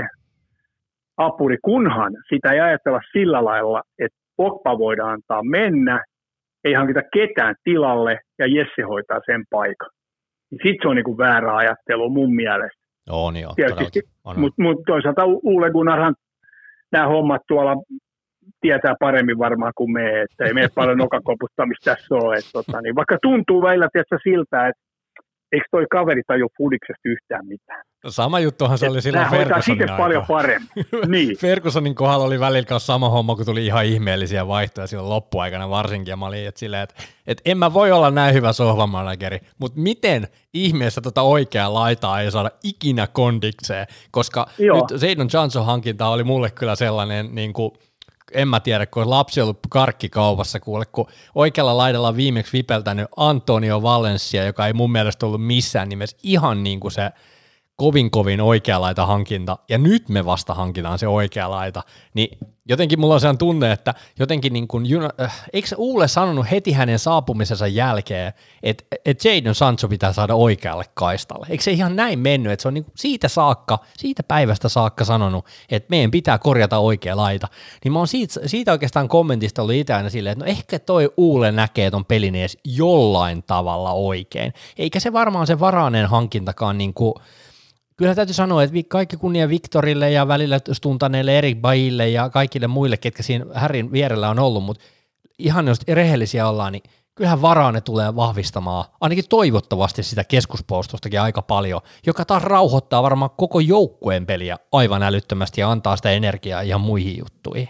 apuri, kunhan sitä ei ajatella sillä lailla, että Pogba voidaan antaa mennä, ei hankita ketään tilalle ja Jesse hoitaa sen paikan. Sitten se on niin kuin väärä ajattelu mun mielestä. On joo, mutta toisaalta Ole Gunnarhan nämä hommat tuolla tietää paremmin varmaan kuin me, että ei meillä paljon nokakoputtamista tässä ole. Niin vaikka tuntuu välillä siltä, että eikö toi kaveri tajua fudiksesta yhtään mitään. No sama juttuhan se oli silloin Fergusonin aikaa. Paljon paremmin. Niin. Fergusonin kohdalla oli välillä sama homma, kun tuli ihan ihmeellisiä vaihtoja silloin loppuaikana varsinkin, ja mä olin että en mä voi olla näin hyvä sohvamanageri, mutta miten ihmeessä oikeaa laitaa ei saada ikinä kondikseen, koska nyt Jadon Johnson hankinta oli mulle kyllä sellainen niin kuin, en mä tiedä, kun lapsi on ollut karkkikaupassa, kun oikealla laidalla on viimeksi vipeltänyt Antonio Valencia, joka ei mun mielestä ollut missään nimessä ihan niin kuin se kovin oikea laita hankinta, ja nyt me vasta hankitaan se oikea laita, niin jotenkin mulla on sellainen tunne, että jotenkin niin kuin, eikö Uule sanonut heti hänen saapumisensa jälkeen, että Jadon Sancho pitää saada oikealle kaistalle? Eikö se ihan näin mennyt, että se on niin kuin siitä päivästä saakka sanonut, että meidän pitää korjata oikea laita, niin mä oon siitä oikeastaan kommentista ollut itse aina silleen, että no ehkä toi Uule näkee ton pelin edes jollain tavalla oikein, eikä se varmaan se varainen hankintakaan niin kuin, kyllä täytyy sanoa, että kaikki kunnia Victorille ja välillä stuntaneille Erik Baille ja kaikille muille, ketkä siinä Härin vierellä on ollut, mutta ihan jos rehellisiä ollaan, niin kyllähän Varane tulee vahvistamaan, ainakin toivottavasti sitä keskuspuolustustakin aika paljon, joka taas rauhoittaa varmaan koko joukkueen peliä aivan älyttömästi ja antaa sitä energiaa ihan muihin juttuihin.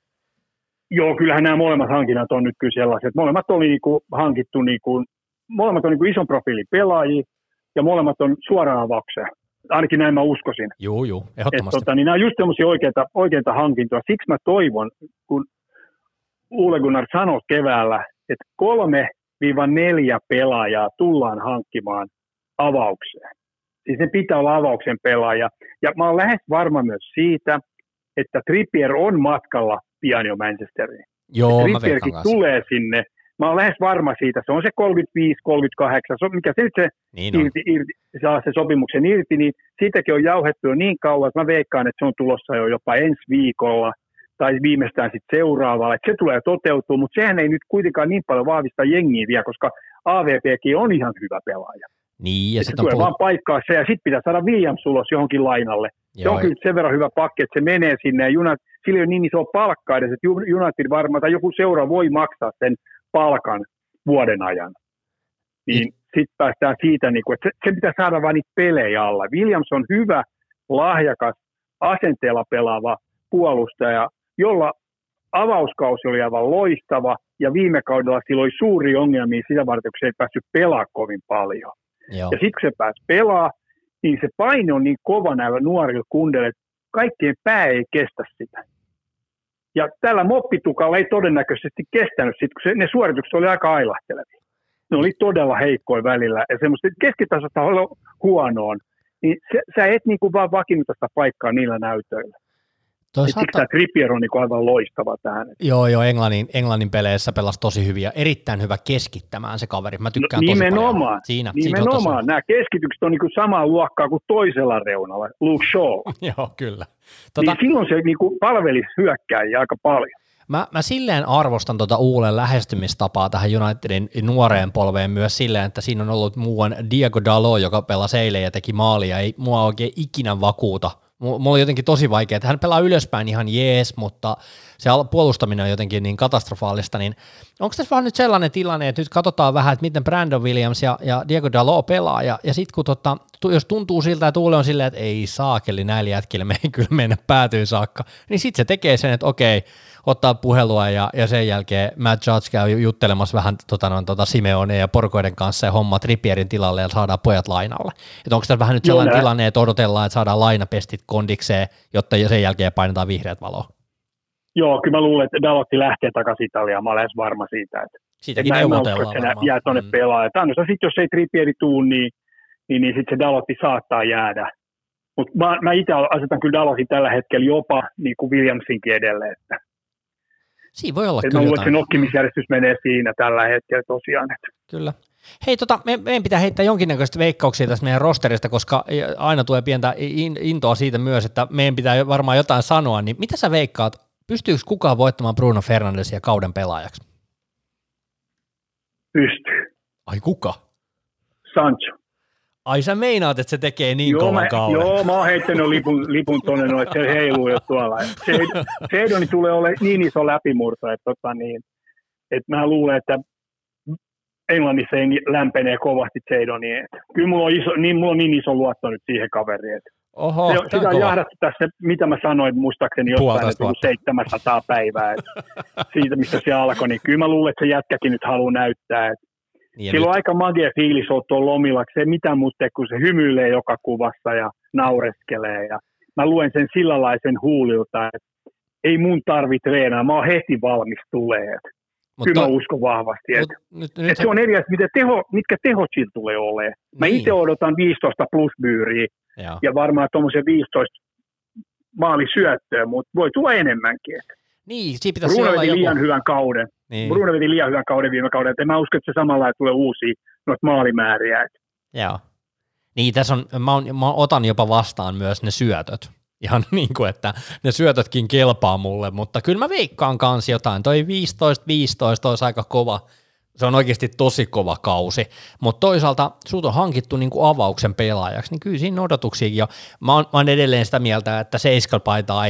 Joo, kyllähän nämä molemmat hankinnat on nyt kyllä sellaiset. Molemmat oli hankittu, molemmat on ison profiilin pelaajia ja molemmat on suoraan avaukseen. Ainakin näin mä uskoisin. Joo, ehdottomasti. Niin nämä on just semmoisia oikeita hankintoja. Siksi mä toivon, kun Ole Gunnar sanoi keväällä, että 3-4 pelaajaa tullaan hankkimaan avaukseen. Siis ne pitää olla avauksen pelaaja. Ja mä oon lähes varma myös siitä, että Trippier on matkalla pian jo Manchesteriin. Joo, Trippierkin tulee sinne. Mä oon lähes varma siitä. Se on se 35-38, mikä se nyt se irti, saa se sopimuksen irti, niin siitäkin on jauhettu jo niin kauan, että mä veikkaan, että se on tulossa jo jopa ensi viikolla tai viimeistään sitten seuraavalla. Että se tulee toteutua, mutta sehän ei nyt kuitenkaan niin paljon vahvista jengiä vielä, koska AVPkin on ihan hyvä pelaaja. Niin, ja se tulee vaan paikkaa se, ja sitten pitää saada Williams ulos johonkin lainalle. Se on kyllä sen verran hyvä pakki, että se menee sinne, ja sillä ei ole niin iso palkka edes, että United varmaan tai joku seura voi maksaa sen palkan vuoden ajan. Niin sitten päästään siitä, että se pitää saada vain niitä pelejä alla. Williams on hyvä, lahjakas, asenteella pelaava puolustaja, jolla avauskausi oli aivan loistava, ja viime kaudella sillä oli suuri ongelmia sitä varten, kun se ei päässyt pelaamaan kovin paljon. Joo. Ja sitten kun se pääsi pelaamaan, niin se paine on niin kova näillä nuorilla kundeilla, että kaikkien pää ei kestä sitä. Ja tällä moppitukalla ei todennäköisesti kestänyt sitä, kun ne suoritukset oli aika ailahtelevia. Ne oli todella heikkoja välillä, ja semmoista keskitasosta huonoon, niin sä et niin kuin vaan vakiinnuta sitä paikkaa niillä näytöillä. Siksi tämä Trippier on niin aivan loistava tähän. Joo, Englannin peleissä pelasi tosi hyvin ja erittäin hyvä keskittämään se kaveri. Mä tykkään tosi paljon. Nimenomaan. Nämä keskitykset on niin samaa luokkaa kuin toisella reunalla, Luke Shaw. Joo, kyllä. Niin silloin se niin palvelisi hyökkääjiä aika paljon. Mä silleen arvostan Uulen lähestymistapaa tähän Unitedin nuoreen polveen myös silleen, että siinä on ollut muuan Diego Dalot, joka pelasi eilen ja teki maalia, ei mua oikein ikinä vakuuta. Mulla on jotenkin tosi vaikea, että hän pelaa ylöspäin ihan jees, mutta se puolustaminen on jotenkin niin katastrofaalista, niin onko tässä vaan nyt sellainen tilanne, että nyt katsotaan vähän, että miten Brandon Williams ja Diego Dalot pelaa, ja sitten kun jos tuntuu siltä, että Uule on silleen, että ei saakeli näillä jätkillä, me ei kyllä mennä päätyyn saakka, niin sitten se tekee sen, että okei, ottaa puhelua ja sen jälkeen Matt Judge käy juttelemassa vähän Simeone ja Porkoiden kanssa ja homma Trippierin tilalle ja saadaan pojat lainalle. Että onko tässä vähän nyt sellainen tilanne, että odotellaan, että saadaan lainapestit kondikseen, jotta sen jälkeen painetaan vihreät valoa? Joo, kyllä mä luulen, että Dalotti lähtee takaisin Italiaan. Mä olen lähes varma siitä, että siitäkin neuvotellaan varmaan. Jää tuonne pelaa. Sitten jos ei Trippieri tuu, niin sitten se Dalotti saattaa jäädä. Mutta mä itse asetan kyllä Dalotin tällä hetkellä jopa niin kuin Williamsinkin edelle. Että siinä voi olla kyllä jotain. Mä luulen, että se nokkimisjärjestys menee siinä tällä hetkellä tosiaan. Kyllä. Hei, meidän pitää heittää jonkinnäköistä veikkauksia tästä meidän rosterista, koska aina tulee pientä intoa siitä myös, että meidän pitää varmaan jotain sanoa, niin mitä sä veikkaat, pystyykö kukaan voittamaan Bruno Fernandesia kauden pelaajaksi? Pystyy. Ai kuka? Sancho. Ai sä meinaat, että se tekee niin kovan kauden? Joo, mä oon heittänyt lipun tuonne noin, että se heiluu jo tuolla. Seedoni tulee olemaan niin iso läpimurto, että mä luulen, että Englannissa ei lämpenee kovasti Seedoniin. Kyllä mulla on niin iso luotto nyt siihen kaveriin. Oho, sitä on jahdattu tässä, mitä mä sanoin, muistaakseni jossain, että 700 päivää siitä, mistä se alkoi. Niin kyllä mä luulen, että se jätkäkin nyt haluaa näyttää. Niin sillä on aika magia fiilis olla tuolla lomilla, se mitään muuta, kun se hymyilee joka kuvassa ja naureskelee. Ja mä luen sen sillallaisen huulilta, että ei mun tarvi treenaa, mä oon heti valmis tulee. Kyllä mä uskon vahvasti. Että se on eri asia, mitkä tehot sillä tulee olemaan. Mä itse odotan 15 plus byyriä ja varmaan tuommoisen 15 maalisyöttöä, mutta voi tulla enemmänkin. Niin, siinä pitäisi Bruno olla veti liian hyvän kauden. Niin. Bruno veti liian hyvän kauden viime kauden, että mä uskon, että se samalla tulee uusia noita maalimääriä. Joo. Niin, tässä on, mä otan jopa vastaan myös ne syötöt. Ihan niin kuin, että ne syötötkin kelpaa mulle, mutta kyllä mä veikkaan kanssa jotain. Toi 15-15 olisi aika kova. Se on oikeasti tosi kova kausi, mutta toisaalta sut on hankittu niin kuin avauksen pelaajaksi, niin kyllä siinä odotuksiakin jo. Mä oon edelleen sitä mieltä, että seiskalpaitaa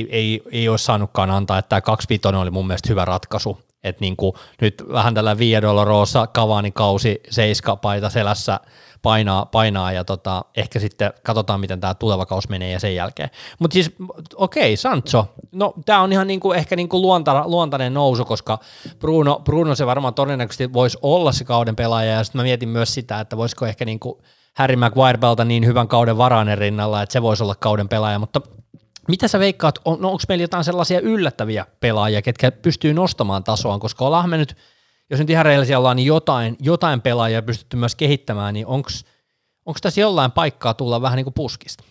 ei olisi saanutkaan antaa, että tämä 2-5 oli mun mielestä hyvä ratkaisu. Että niin kuin nyt vähän tällä Via Dolorosa Cavani-kausi seiskapaita selässä painaa ja ehkä sitten katsotaan, miten tämä tuleva kausi menee ja sen jälkeen. Mutta siis okei, Sancho, no tämä on ihan niinku, ehkä niinku luontainen nousu, koska Bruno se varmaan todennäköisesti voisi olla se kauden pelaaja, ja sitten mä mietin myös sitä, että voisiko ehkä niinku Harry Maguire pelata niin hyvän kauden Varanen rinnalla, että se voisi olla kauden pelaaja, mutta mitä sä veikkaat, onko meillä jotain sellaisia yllättäviä pelaajia, ketkä pystyy nostamaan tasoaan, koska ollaan me nyt, jos nyt ihan reellisiä ollaan, niin jotain pelaajia pystytty myös kehittämään, niin onko tässä jollain paikkaa tulla vähän niin kuin puskista?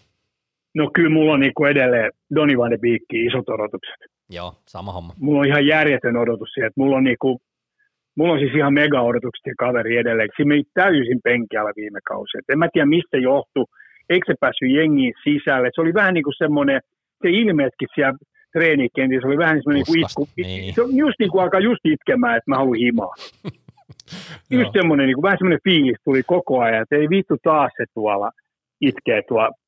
No kyllä mulla on niin kuin edelleen Donny van de Beekkiin isot odotukset. Joo, sama homma. Mulla on ihan järjetön odotus siihen, että mulla on siis ihan mega odotukset ja kaveri edelleen. Siinä meni täysin penkiällä viime kausi. En mä tiedä mistä johtui, eikö se päässyt jengiin sisälle. Se oli vähän niin kuin semmoinen, se ilmeetkin siellä treenikentissä oli vähän semmoinen niin itku. Niin. Se on just niin kuin alkaa just itkemään, että mä haluan himaa. Just semmoinen, niin kuin, vähän semmoinen fiilis tuli koko ajan, että ei vittu taas se tuolla itkee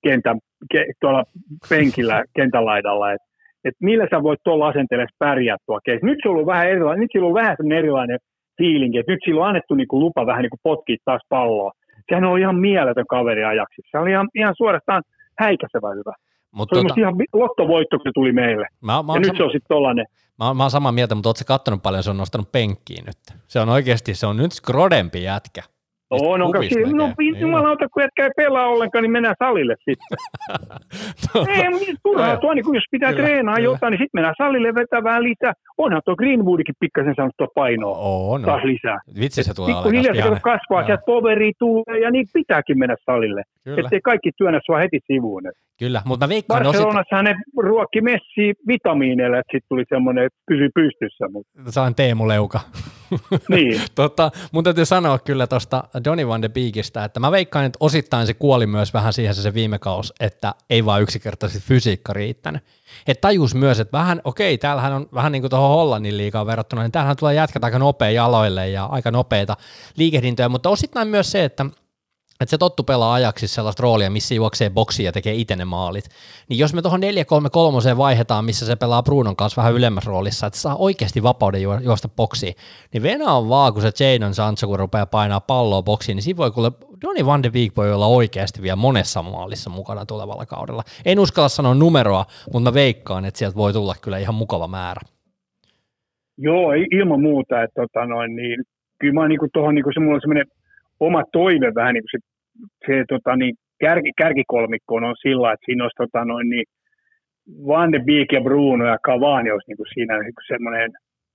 tuolla penkillä kentän laidalla, että millä sä voit tuolla asenteella pärjää tuolla keisissä. Nyt se on ollut vähän erilainen, nyt sillä on vähän semmoinen erilainen fiilinki, että nyt sillä on annettu niin kuin lupa vähän niin kuin potkia taas palloa. Sehän on ihan mieletön kaveri ajaksi. Se oli ihan suorastaan häikäisevä hyvä. Se oli musta ihan lottovoitto, kun se tuli meille. Ja nyt se on sitten tollainen. Mä oon samaa mieltä, mutta ootko sä kattonut paljon, se on nostanut penkkiin nyt? Se on oikeasti, se on nyt skrodempi jätkä. Jumalauta, kun jätkä ei pelaa ollenkaan, niin mennään salille sitten. Ei, turhaa tuo, niin jos pitää treenaa jotain, niin sitten mennään salille vetää vähän lisää. Onhan tuo Greenwoodikin pikkasen saanut tuo painoa taas lisää. Vitsi se tulee olemaan. Pikkuhiljaa se kasvaa, sieltä poveri tulee ja niin pitääkin mennä salille. Ettei kaikki työnnä sua heti sivuun. Kyllä, mutta mä veikkaan... Barcelonassahan ne ruokki Messi vitamiineilla, että sitten tuli semmoinen, että pysyi pystyssä. Sain Teemu Leuka. Niin. Mun täytyy sanoa kyllä tuosta Donny van de Beekistä, että mä veikkaan, että osittain se kuoli myös vähän siihen se viime kaus, että ei vaan yksinkertaisesti fysiikka riittänyt. Että tajus myös, että vähän, täällähän on vähän niin kuin tuohon Hollannin liigaan verrattuna, niin täällähän tulee jätkät aika nopea jaloille ja aika nopeita liikehdintöjä, mutta osittain myös se, että se tottu pelaa ajaksissa sellaista roolia, missä juoksee boksiin ja tekee itse ne maalit. Niin jos me tuohon 4-3-3 vaihdetaan, missä se pelaa Brunon kanssa vähän ylemmässä roolissa, että saa oikeasti vapauden juosta boksiin, niin Venä on vaan, kun se Jadon Sancho, kun rupeaa painaa palloa boksiin, niin siinä voi kuule, Donny van de Beek voi olla oikeasti vielä monessa maalissa mukana tulevalla kaudella. En uskalla sanoa numeroa, mutta mä veikkaan, että sieltä voi tulla kyllä ihan mukava määrä. Joo, ilman muuta, että niin, kyllä mä niinku tuohon niinku mulla on semmoinen oma toive vähän niin kuin kärkikolmikko on sillä, että siinä olisi niin Van de Beek ja Bruno ja Cavani olisi niin kuin siinä niin semmoinen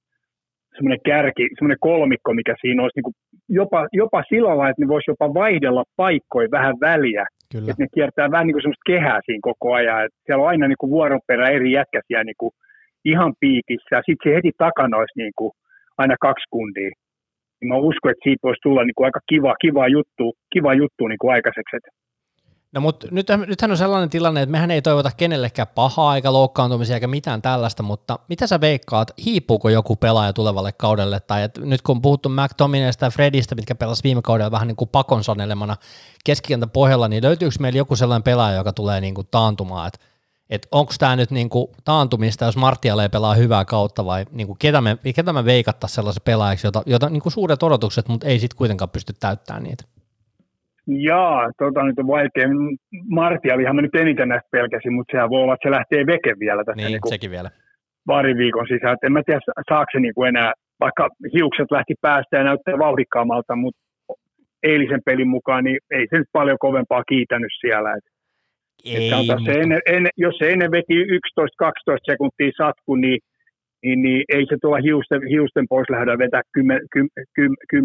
kolmikko, mikä siinä olisi niin kuin jopa sillä lailla, että ne voisi jopa vaihdella paikkoja vähän väliä. Kyllä. Että ne kiertää vähän niin kuin semmoista kehää siinä koko ajan. Että siellä on aina niin kuin vuoronperä eri jätkäsiä niin kuin ihan piikissä ja sitten se heti takana olisi niin kuin aina 2 kundia. Mä uskon, että siitä voisi tulla niinku aika kiva juttu niinku aikaiseksi. No mutta nythän on sellainen tilanne, että mehän ei toivota kenellekään pahaa eikä loukkaantumisia eikä mitään tällaista, mutta mitä sä veikkaat, hiipuuko joku pelaaja tulevalle kaudelle? Tai et nyt kun on puhuttu McTominaysta ja Fredistä, mitkä pelasi viime kaudella vähän niin kuin pakon sanelemana keskikentän pohjalla, niin löytyykö meillä joku sellainen pelaaja, joka tulee niin kuin taantumaan, että onko tämä nyt niinku taantumista, jos Martial ei pelaa hyvää kautta, vai niinku ketä me veikattaisiin sellaisen pelaajaksi, jota niinku suuret odotukset, mutta ei sitten kuitenkaan pysty täyttämään niitä? Jaa, nyt on vaikea. Martialihan mä nyt eniten näistä pelkäsin, mutta sehän voi olla, että se lähtee veke vielä tässä niin sekin vielä. Parin viikon sisään. En mä tiedä, saako se niinku enää, vaikka hiukset lähti päästä ja näyttää vauhdikkaamalta, mutta eilisen pelin mukaan, niin ei se nyt paljon kovempaa kiitänyt siellä. Ei, jos se ennen veti 11-12 sekuntia satku, niin ei se tuolla hiusten pois lähdä vetää 10,8.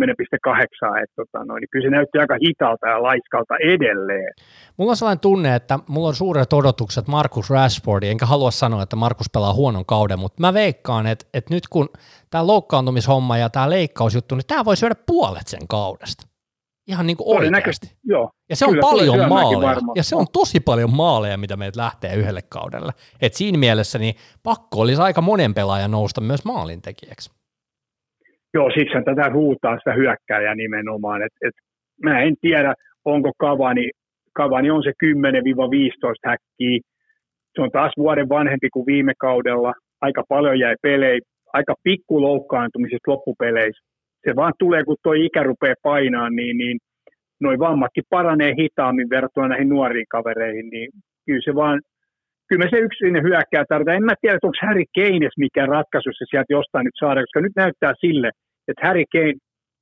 Niin kyllä se näytti aika hitaalta ja laiskalta edelleen. Mulla on sellainen tunne, että mulla on suuret odotukset Marcus Rashfordiin, enkä halua sanoa, että Marcus pelaa huonon kauden, mutta mä veikkaan, että nyt kun tämä loukkaantumishomma ja tämä leikkausjuttu, niin tämä voi syödä puolet sen kaudesta. Ihan niin kuin oikeasti. Joo. Ja se on paljon maaleja. Ja se on tosi paljon maaleja, mitä meiltä lähtee yhdelle kaudelle. Et siinä mielessä niin pakko olisi aika monen pelaajan nousta myös maalintekijäksi. Joo, siksi tätä huutaa sitä hyökkääjää nimenomaan. Mä en tiedä, onko Cavani on se 10-15 häkkiä. Se on taas vuoden vanhempi kuin viime kaudella. Aika paljon jäi pelejä, aika pikku loukkaantumisista loppupeleissä. Se vaan tulee, kun tuo ikä rupeaa painaa, niin noi vammatkin paranee hitaammin verrattuna näihin nuoriin kavereihin, niin kyllä me se yksityinen hyökkää tarvitaan. En mä tiedä, onko Harry Kane mikä ratkaisu se sieltä jostain nyt saada, koska nyt näyttää sille, että Harry Kane,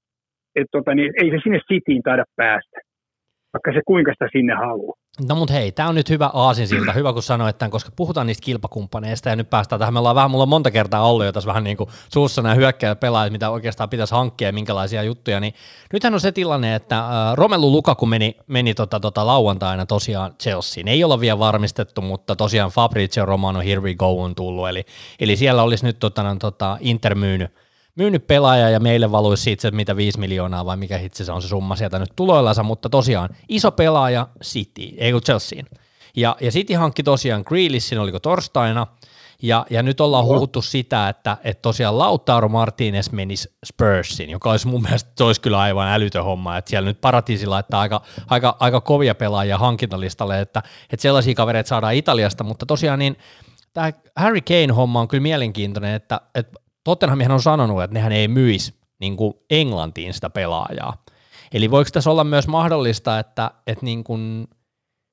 ei se sinne Cityin taida päästä, vaikka se kuinka sitä sinne haluaa. No mut hei, tää on nyt hyvä aasinsilta, hyvä kun sanoit tämän, koska puhutaan niistä kilpakumppaneista ja nyt päästään tähän, mulla on monta kertaa ollut jo tässä vähän niin kuin suussa nämä hyökkäjäpelaajat, mitä oikeastaan pitäisi hankkia ja minkälaisia juttuja, niin nythän on se tilanne, että Romelu Lukaku meni lauantaina tosiaan Chelseain, ei olla vielä varmistettu, mutta tosiaan Fabrizio Romano Here We Go on tullut, eli siellä olisi nyt Inter myynyt pelaaja ja meille valuisi siitä se, mitä 5 miljoonaa vai mikä hitse se on se summa sieltä nyt tuloillansa, mutta tosiaan iso pelaaja City, ei kun Chelseain. Ja City hankki tosiaan Grealishin, oliko torstaina, ja nyt ollaan huhuttu sitä, että tosiaan Lautaro Martinez menisi Spursiin, joka olisi mun mielestä, se olisi kyllä aivan älytön homma, että siellä nyt Paratiisi laittaa aika kovia pelaajia hankintalistalle, että sellaisia kavereita saadaan Italiasta, mutta tosiaan niin tämä Harry Kane-homma on kyllä mielenkiintoinen, että Tottenhamhan on sanonut, että nehän ei myisi niin kuin Englantiin sitä pelaajaa. Eli voiko tässä olla myös mahdollista, että niin kuin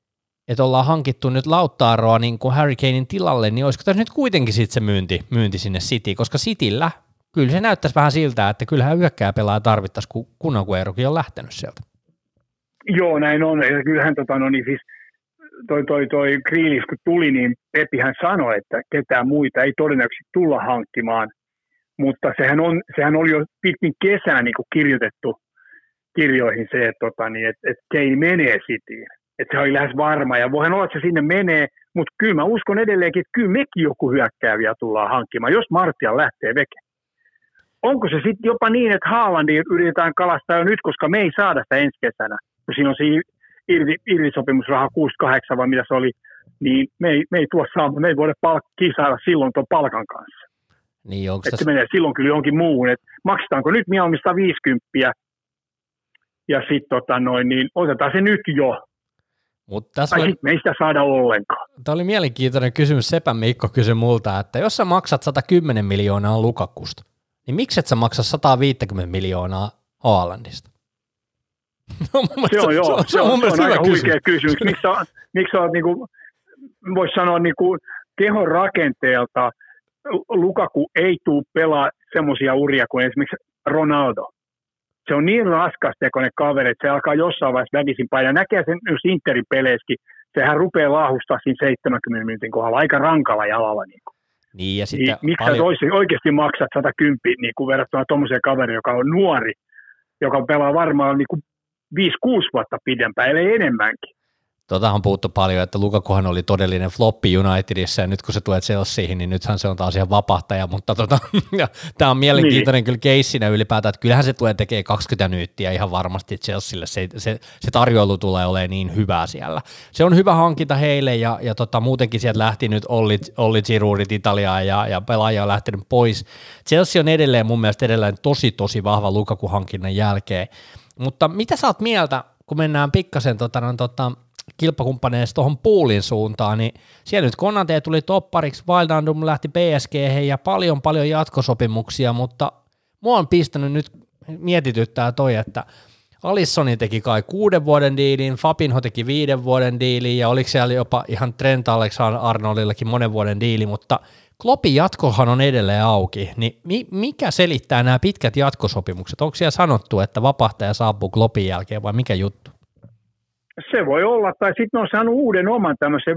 että ollaan hankittu nyt Lauttaroa niin kuin Harry Kanein tilalle, niin olisiko tässä nyt kuitenkin sitten se myynti sinne Cityin, koska Cityllä kyllä se näyttäisi vähän siltä, että kyllähän hyökkääjäpelaaja tarvittaisiin, kun Aguerokin on lähtenyt sieltä. Joo, näin on. Ja kyllähän siis toi Grealish kun tuli, niin Pepihän sanoi, että ketään muita ei todennäköisesti tulla hankkimaan, mutta sehän oli jo pitkin kesää niin kuin kirjoitettu kirjoihin se, että Kane menee Cityin. Että se oli lähes varma, ja voihan olla, että se sinne menee, mutta kyllä mä uskon edelleenkin, että kyllä mekin joku hyökkääviä tullaan hankkimaan, jos Martial lähtee veke. Onko se sitten jopa niin, että Haalandia yritetään kalastaa jo nyt, koska me ei saada sitä ensi kesänä, kun siinä on se irvisopimusraha 68 vai mitä se oli, niin me ei tuo saamaan, me ei voida kisailla silloin tuon palkan kanssa. Niin, että se menee silloin kyllä johonkin muuhun, että maksetaanko nyt mieluummin 150 ja sitten niin otetaan se nyt jo. Tai sitten me ei sitä saada ollenkaan. Tämä oli mielenkiintoinen kysymys. Sepä Mikko kysyi multa, että jos sä maksat 110 miljoonaa Lukakusta, niin miksi et sä maksa 150 miljoonaa Haalandista? Se on aika huikea kysymys. Miksi sä oot, voisi sanoa, kehon rakenteelta Lukaku ei tule pelaa semmoisia uria kuin esimerkiksi Ronaldo. Se on niin raskastekoinen kaveri, että se alkaa jossain vaiheessa väkisin painaa. Näkee sen myös Interin peleissäkin. Sehän rupeaa laahustaa siinä 70 minuutin kohdalla aika rankalla jalalla. Niin, ja sitten miksi sä oikeasti maksat 110 verrattuna tuommoiseen kaveriin, joka on nuori, joka pelaa varmaan 5-6 vuotta pidempään, eli enemmänkin. On puhuttu paljon, että Lukakuhan oli todellinen floppi Unitedissa, ja nyt kun se tulee Chelseahin, niin nythän se on taas ihan vapahtaja, mutta tämä on mielenkiintoinen kyllä keissinä ylipäätään, että kyllähän se tulee tekemään 20 nyyttiä ihan varmasti Chelsealle, se tarjoilu tulee olemaan niin hyvää siellä. Se on hyvä hankinta heille, ja muutenkin sieltä lähti nyt Olli Giroudit Italiaan, ja pelaaja on lähtenyt pois. Chelsea on edelleen mun mielestä tosi vahva Lukaku-hankinnan jälkeen, mutta mitä sä oot mieltä, kun mennään pikkasen kilpakumppaneista tuohon Poolin suuntaan, niin siellä nyt Konate tuli toppariksi, Wijnaldum lähti PSG ja paljon jatkosopimuksia, mutta mua on pistänyt nyt mietityttää toi, että Alissoni teki kai 6 vuoden diilin, Fabinho teki 5 vuoden diilin ja oliko siellä jopa ihan Trent Alexander-Arnoldillakin monen vuoden diili, mutta Kloppin jatkohan on edelleen auki, niin mikä selittää nämä pitkät jatkosopimukset? Onko siellä sanottu, että vapahtaja saapuu Kloppin jälkeen vai mikä juttu? Se voi olla, tai sitten on saanut uuden oman tämmöisen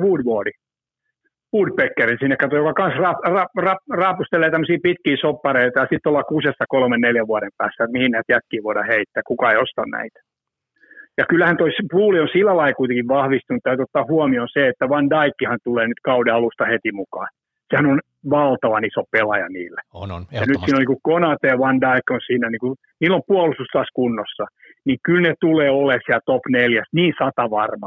Woodpeckerin sinne, joka kanssa raapustelee tämmöisiä pitkiä soppareita, ja sitten ollaan kusessa 3-4 vuoden päässä, että mihin näitä jätkiä voidaan heittää, kuka ei osta näitä. Ja kyllähän toi Pooli on sillä lailla kuitenkin vahvistunut, täytyy ottaa huomioon se, että Van Dijkhan tulee nyt kauden alusta heti mukaan. Sehän on valtavan iso pelaaja niille. On, ja nyt siinä on Konate ja Van Dijk on siinä, niillä on puolustus taas kunnossa, niin kyllä ne tulee olemaan siellä top 4, niin 100 varma.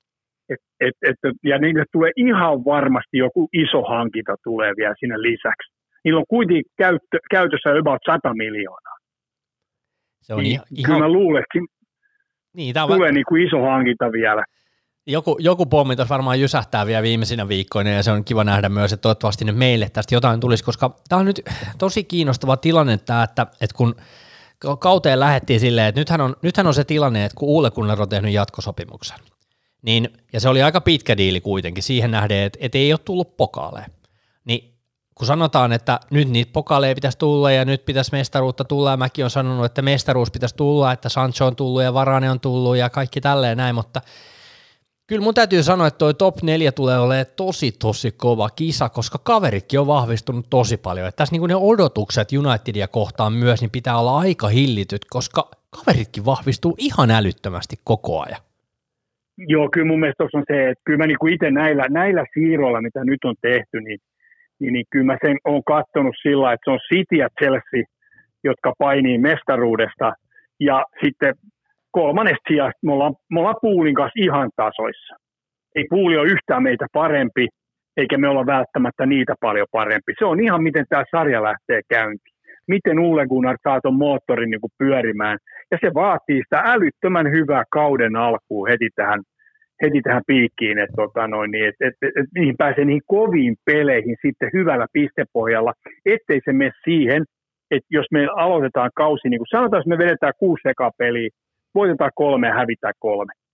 Ja niille tulee ihan varmasti joku iso hankinta tulee vielä sinne lisäksi. Niillä on kuitenkin käytössä about 100 miljoonaa. Se on ihan... Kyllä mä luulen, että tulee iso hankinta vielä. Joku pommi tuossa varmaan jysähtää vielä viimeisinä viikkoina, ja se on kiva nähdä myös, että toivottavasti nyt meille tästä jotain tulisi, koska tämä on nyt tosi kiinnostava tilanne, että kun kauteen lähdettiin silleen, että nythän on se tilanne, että kun Ole Gunnar on tehnyt jatkosopimuksen, niin, ja se oli aika pitkä diili kuitenkin siihen nähden, että ei ole tullut pokaaleja, niin kun sanotaan, että nyt niitä pokaaleja pitäisi tulla ja nyt pitäisi mestaruutta tulla, ja mäkin olen sanonut, että mestaruus pitäisi tulla, että Sancho on tullut ja Varane on tullut ja kaikki tälleen näin, mutta kyllä mun täytyy sanoa, että toi top 4 tulee olemaan tosi kova kisa, koska kaveritkin on vahvistunut tosi paljon. Että tässä ne odotukset Unitedia kohtaan myös niin pitää olla aika hillityt, koska kaveritkin vahvistuu ihan älyttömästi koko ajan. Joo, kyllä mun mielestä on se, että kyllä mä itse näillä siirroilla, mitä nyt on tehty, niin kyllä mä sen olen katsonut sillä, että se on City ja Chelsea, jotka painii mestaruudesta, ja sitten 3. sijasta me ollaan Poolin kanssa ihan tasoissa. Ei Pooli ole yhtään meitä parempi, eikä me olla välttämättä niitä paljon parempi. Se on ihan miten tämä sarja lähtee käyntiin. Miten Ole Gunnar saa tuon moottorin pyörimään. Ja se vaatii sitä älyttömän hyvää kauden alkuun heti tähän piikkiin, että niihin pääsee niihin koviin peleihin sitten hyvällä pistepohjalla, ettei se mene siihen, että jos me aloitetaan kausi, niin kuin sanotaan, jos me vedetään 6 ekaa peliä, voitetaan 3 ja hävitään 3.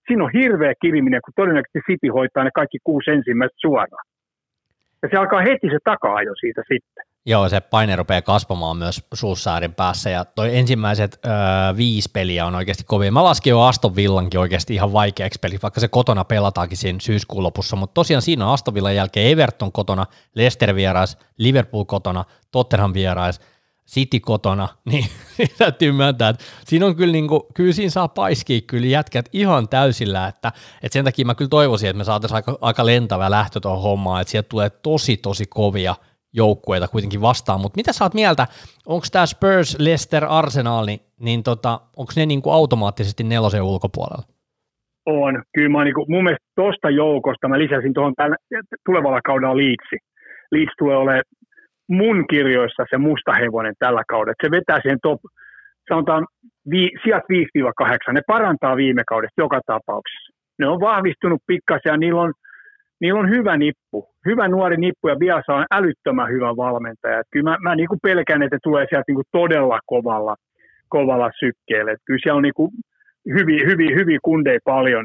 siinä on hirveä kiriminen, kun todennäköisesti City hoitaa ne kaikki 6 ensimmäistä suoraan. Ja se alkaa heti se taka-ajo siitä sitten. Joo, se paine rupeaa kasvamaan myös Solskjaerin päässä, ja toi ensimmäiset 5 peliä on oikeasti kovia. Mä laskin jo Aston Villankin oikeasti ihan vaikeaksi peli, vaikka se kotona pelataankin siinä syyskuun lopussa, mutta tosiaan siinä on Aston Villan jälkeen Everton kotona, Leicester vierais, Liverpool kotona, Tottenham vierais, City kotona, niin täytyy myöntää, että siinä on kyllä, kyllä siinä saa paiskia kyllä jätkät ihan täysillä, että sen takia mä kyllä toivoisin, että me saataisiin aika lentävä lähtö tuohon hommaan, että sieltä tulee tosi kovia joukkueita kuitenkin vastaan, mutta mitä sä oot mieltä, onko tämä Spurs, Leicester, Arsenal, niin onko ne niinku automaattisesti 4 ulkopuolella? On, kyllä mä mun mielestä tuosta joukosta mä lisäsin tuohon tulevalla kaudella Leedsi. Leeds tulee olemaan mun kirjoissa se musta hevonen tällä kaudella. Se vetää siihen sanotaan sijat 5-8. Ne parantaa viime kaudesta joka tapauksessa. Ne on vahvistunut pikkasen ja niillä on hyvä nippu. Hyvä nuori nippu ja Bielsa on älyttömän hyvä valmentaja. Et kyllä mä niin kuin pelkään, että tulee sieltä niin kuin todella kovalla sykkeelle. Et kyllä siellä on niin kuin hyviä kundeja paljon.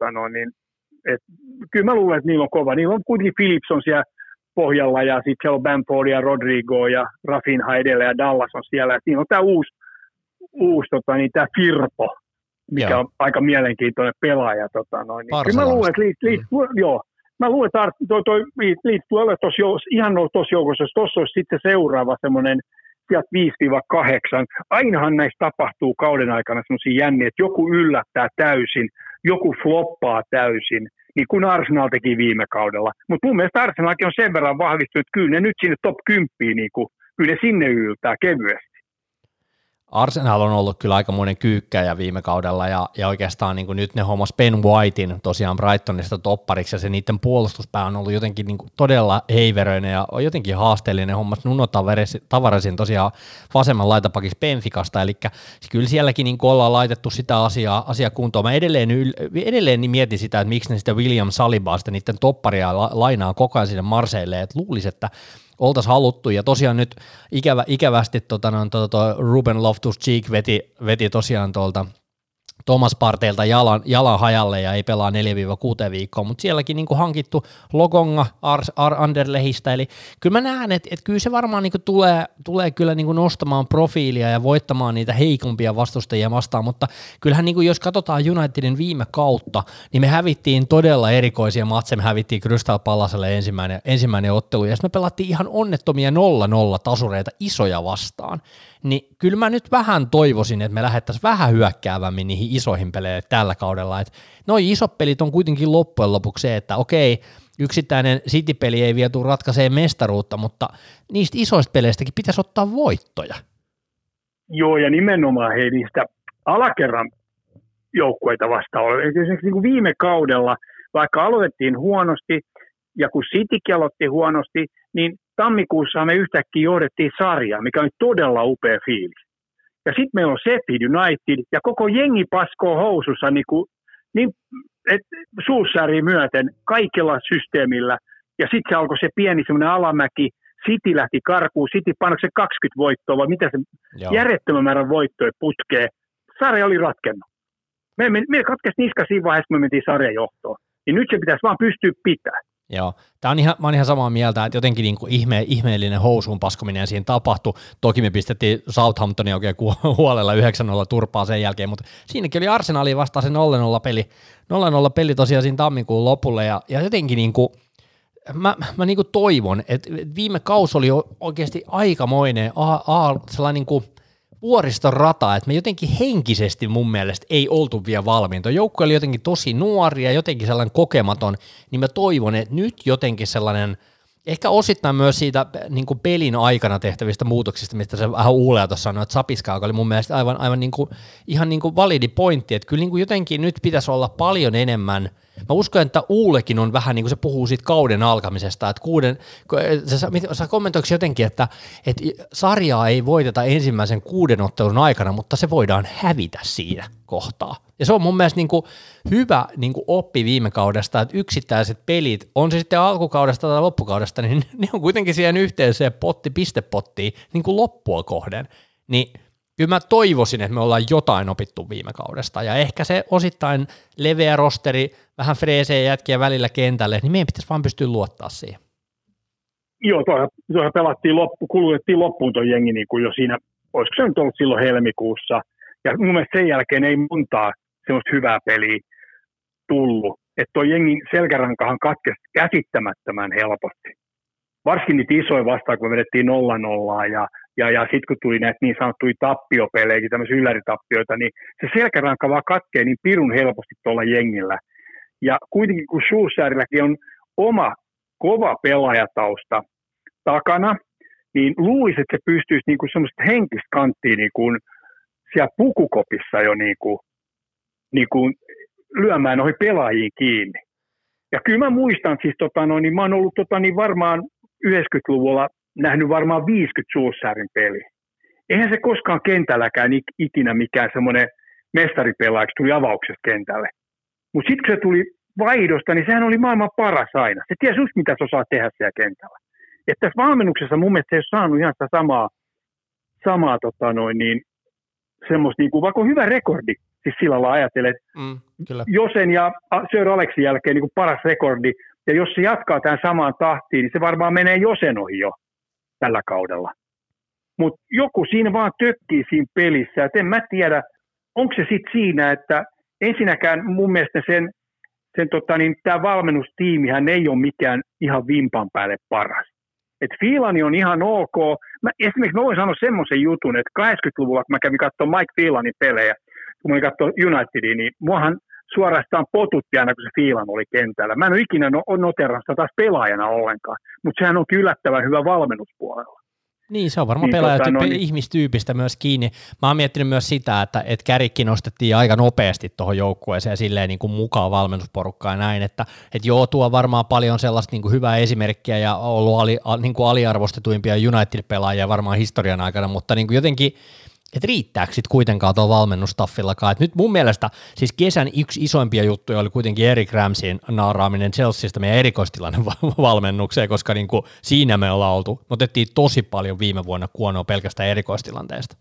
Kyllä mä luulen, että niillä on kova. Niillä on kuitenkin Phillips on siellä pohjalla ja sitten siellä on Bamford ja Rodrigo ja Rafinha edellä ja Dallas on siellä. Et siinä on tämä uusi tämä Firpo, mikä on aika mielenkiintoinen pelaaja. Kyllä mä luulen, että Leeds tulee olla ihan tuossa joukossa, jos tuossa olisi sitten seuraava semmoinen sieltä 5-8. Ainahan näissä tapahtuu kauden aikana semmoisia jänniä, että joku yllättää täysin, joku floppaa täysin, niin kuin Arsenal teki viime kaudella. Mutta mun mielestä Arsenalkin on sen verran vahvistunut, että kyllä ne nyt sinne top 10, niin kyllä ne sinne yltää kevyesti. Arsenal on ollut kyllä aikamoinen kyykkäjä viime kaudella ja oikeastaan niin kuin nyt ne hommas Ben Whitein tosiaan Brightonista toppariksi ja se niiden puolustuspää on ollut jotenkin niin kuin todella heiveröinen ja on jotenkin haasteellinen hommas Nuno Tavaresin tosiaan vasemman laitapakiksi Benficasta, eli kyllä sielläkin niin kuin ollaan laitettu sitä asiaa kuntoon. Mä edelleen mietin sitä, että miksi ne sitä William Salibaa, sitä niiden topparia lainaa koko ajan sinne Marseille, että luulisi, että oltaisiin haluttu, ja tosiaan nyt ikävästi Ruben Loftus-Cheek veti tosiaan tuolta Thomas Parteilta jalan hajalle ja ei pelaa 4-6 viikkoa, mutta sielläkin niin kuin hankittu Lokonga Anderlehistä, eli kyllä mä näen, että kyllä se varmaan niin kuin tulee kyllä niin kuin nostamaan profiilia ja voittamaan niitä heikompia vastustajia vastaan, mutta kyllähän niin kuin jos katsotaan Unitedin viime kautta, niin me hävittiin todella erikoisia matseja, me hävittiin Crystal Palacelle ensimmäinen ottelu, ja me pelattiin ihan onnettomia 0-0 tasureita isoja vastaan, niin kyllä mä nyt vähän toivoisin, että me lähdettäisiin vähän hyökkäävämmin niihin isoihin peleihin tällä kaudella, että noi isot pelit on kuitenkin loppujen lopuksi se, että okei, yksittäinen City-peli ei vielä tule ratkaisee mestaruutta, mutta niistä isoista peleistäkin pitäisi ottaa voittoja. Joo, ja nimenomaan niistä alakerran joukkueita vastaan. Esimerkiksi niin kuin viime kaudella, vaikka aloitettiin huonosti, ja kun Citykin aloitti huonosti, niin tammikuussa me yhtäkkiä johdettiin sarjaa, mikä on todella upea fiilis. Ja sitten meillä on Sheffield United, ja koko jengi paskoo housussa niin Solskjaeria myöten kaikilla systeemillä. Ja sitten se alkoi se pieni semmoinen alamäki, City lähti karkuun, City painoiko se 20 voittoa, vai mitä se järjettömän määrän voittoja putkee. Sarja oli ratkennut. Me katkesi niska siinä vaiheessa, kun me mentiin sarjajohtoon. Niin nyt se pitäisi vaan pystyä pitämään. Joo, mä oon ihan samaa mieltä, että jotenkin niin kuin ihmeellinen housuun paskominen siinä tapahtui. Toki me pistettiin Southamptonin oikein huolella 9-0 turpaa sen jälkeen, mutta siinäkin oli Arsenalin vastaan se 0-0 peli tosiaan siinä tammikuun lopulle, ja jotenkin niin kuin, mä niin kuin toivon, että viime kausi oli oikeasti aikamoinen sellainen niin kuin vuoriston rata, että me jotenkin henkisesti mun mielestä ei oltu vielä valmiita. Joukko oli jotenkin tosi nuori ja jotenkin sellainen kokematon, niin mä toivon, että nyt jotenkin sellainen, ehkä osittain myös siitä niin kuin pelin aikana tehtävistä muutoksista, mistä se vähän Uulea tuossa sanoi, että Sapiska, joka oli mun mielestä aivan niin kuin, ihan niin kuin validi pointti, että kyllä niin kuin jotenkin nyt pitäisi olla paljon enemmän. Mä uskon, että Uulekin on vähän niin kuin se puhuu siitä kauden alkamisesta, että sä kommentoiksi jotenkin, että sarjaa ei voiteta ensimmäisen 6 ottelun aikana, mutta se voidaan hävitä siinä kohtaa. Ja se on mun mielestä niin kuin hyvä niin kuin oppi viime kaudesta, että yksittäiset pelit, on se sitten alkukaudesta tai loppukaudesta, niin ne on kuitenkin siihen yhteiseen pistepottiin niin kuin loppua kohden. Niin kyllä mä toivoisin, että me ollaan jotain opittu viime kaudesta, ja ehkä se osittain leveä rosteri, vähän freesejä jätkiä välillä kentälle, niin meidän pitäisi vaan pystyä luottaa siihen. Joo, tuohan kulutettiin loppuun tuo jengi niin kuin jo siinä, olisiko se nyt ollut silloin helmikuussa, ja mun mielestä sen jälkeen ei montaa semmoista hyvää peliä tullut, että tuo jengin selkärankahan katkesi käsittämättömän helposti. Varsinkin niitä isoja vastaan, kun me vedettiin 0-0 ja sitten kun tuli näitä niin sanottuja tappiopelejä, tämmöisiä ylläritappioita, niin se selkäranka vaan katkee niin pirun helposti tuolla jengillä. Ja kuitenkin kun Solskjaerilläkin on oma kova pelaajatausta takana, niin luulisi, että se pystyisi niinku semmoista henkistä kanttia niinku siellä pukukopissa jo niinku lyömään noihin pelaajiin kiinni. Ja kyllä mä muistan siis, niin mä oon ollut varmaan 90-luvulla nähnyt varmaan 50 Solskjaerin peliä. Eihän se koskaan kentälläkään ikinä mikään semmoinen mestaripelaajaksi tuli avauksesta kentälle. Mutta sitten kun se tuli vaihdosta, niin sehän oli maailman paras aina. Se tiesi just mitä se osaa tehdä siellä kentällä. Että tässä valmennuksessa mun mielestä se ei ole saanut ihan sitä samaa semmoista, vaikka on hyvä rekordi, siis sillä lailla ajatellen, että Josen ja Sir Alexin jälkeen paras rekordi, ja jos se jatkaa tämän samaan tahtiin, niin se varmaan menee Josen ohi jo tällä kaudella. Mutta joku siinä vaan tökkii siinä pelissä, että en mä tiedä, onko se sitten siinä, että ensinnäkään mun mielestä tämä valmennustiimihän ei ole mikään ihan vimpan päälle paras. Et Phelan on ihan ok. Esimerkiksi mä voin sanoa semmoisen jutun, että 80-luvulla, kun mä kävin katsomaan Mike Phelan pelejä, kun mä katsoin Unitedia, niin muahan suorastaan potutti aina, kun se Phelan oli kentällä. Mä en ole ikinä noterannut sitä taas pelaajana ollenkaan, mutta sehän on yllättävän hyvä valmennuspuolella. Niin, se on varmaan ihmistyypistä myös kiinni. Mä oon miettinyt myös sitä, että Kärikki nostettiin aika nopeasti tuohon joukkueeseen silleen niin kuin mukaan valmennusporukkaan ja näin, että joo, tuo varmaan paljon sellaista niin kuin hyvää esimerkkiä ja ollut niin kuin aliarvostetuimpia United-pelaajia varmaan historian aikana, mutta niin kuin jotenkin että riittääkö sitten kuitenkaan tuolla valmennustaffillakaan. Et nyt mun mielestä siis kesän yksi isoimpia juttuja oli kuitenkin Eric Ramseyn naaraaminen Chelseasta meidän erikoistilanne valmennukseen, koska niinku siinä me ollaan oltu. Me otettiin tosi paljon viime vuonna kuonoa pelkästään erikoistilanteesta.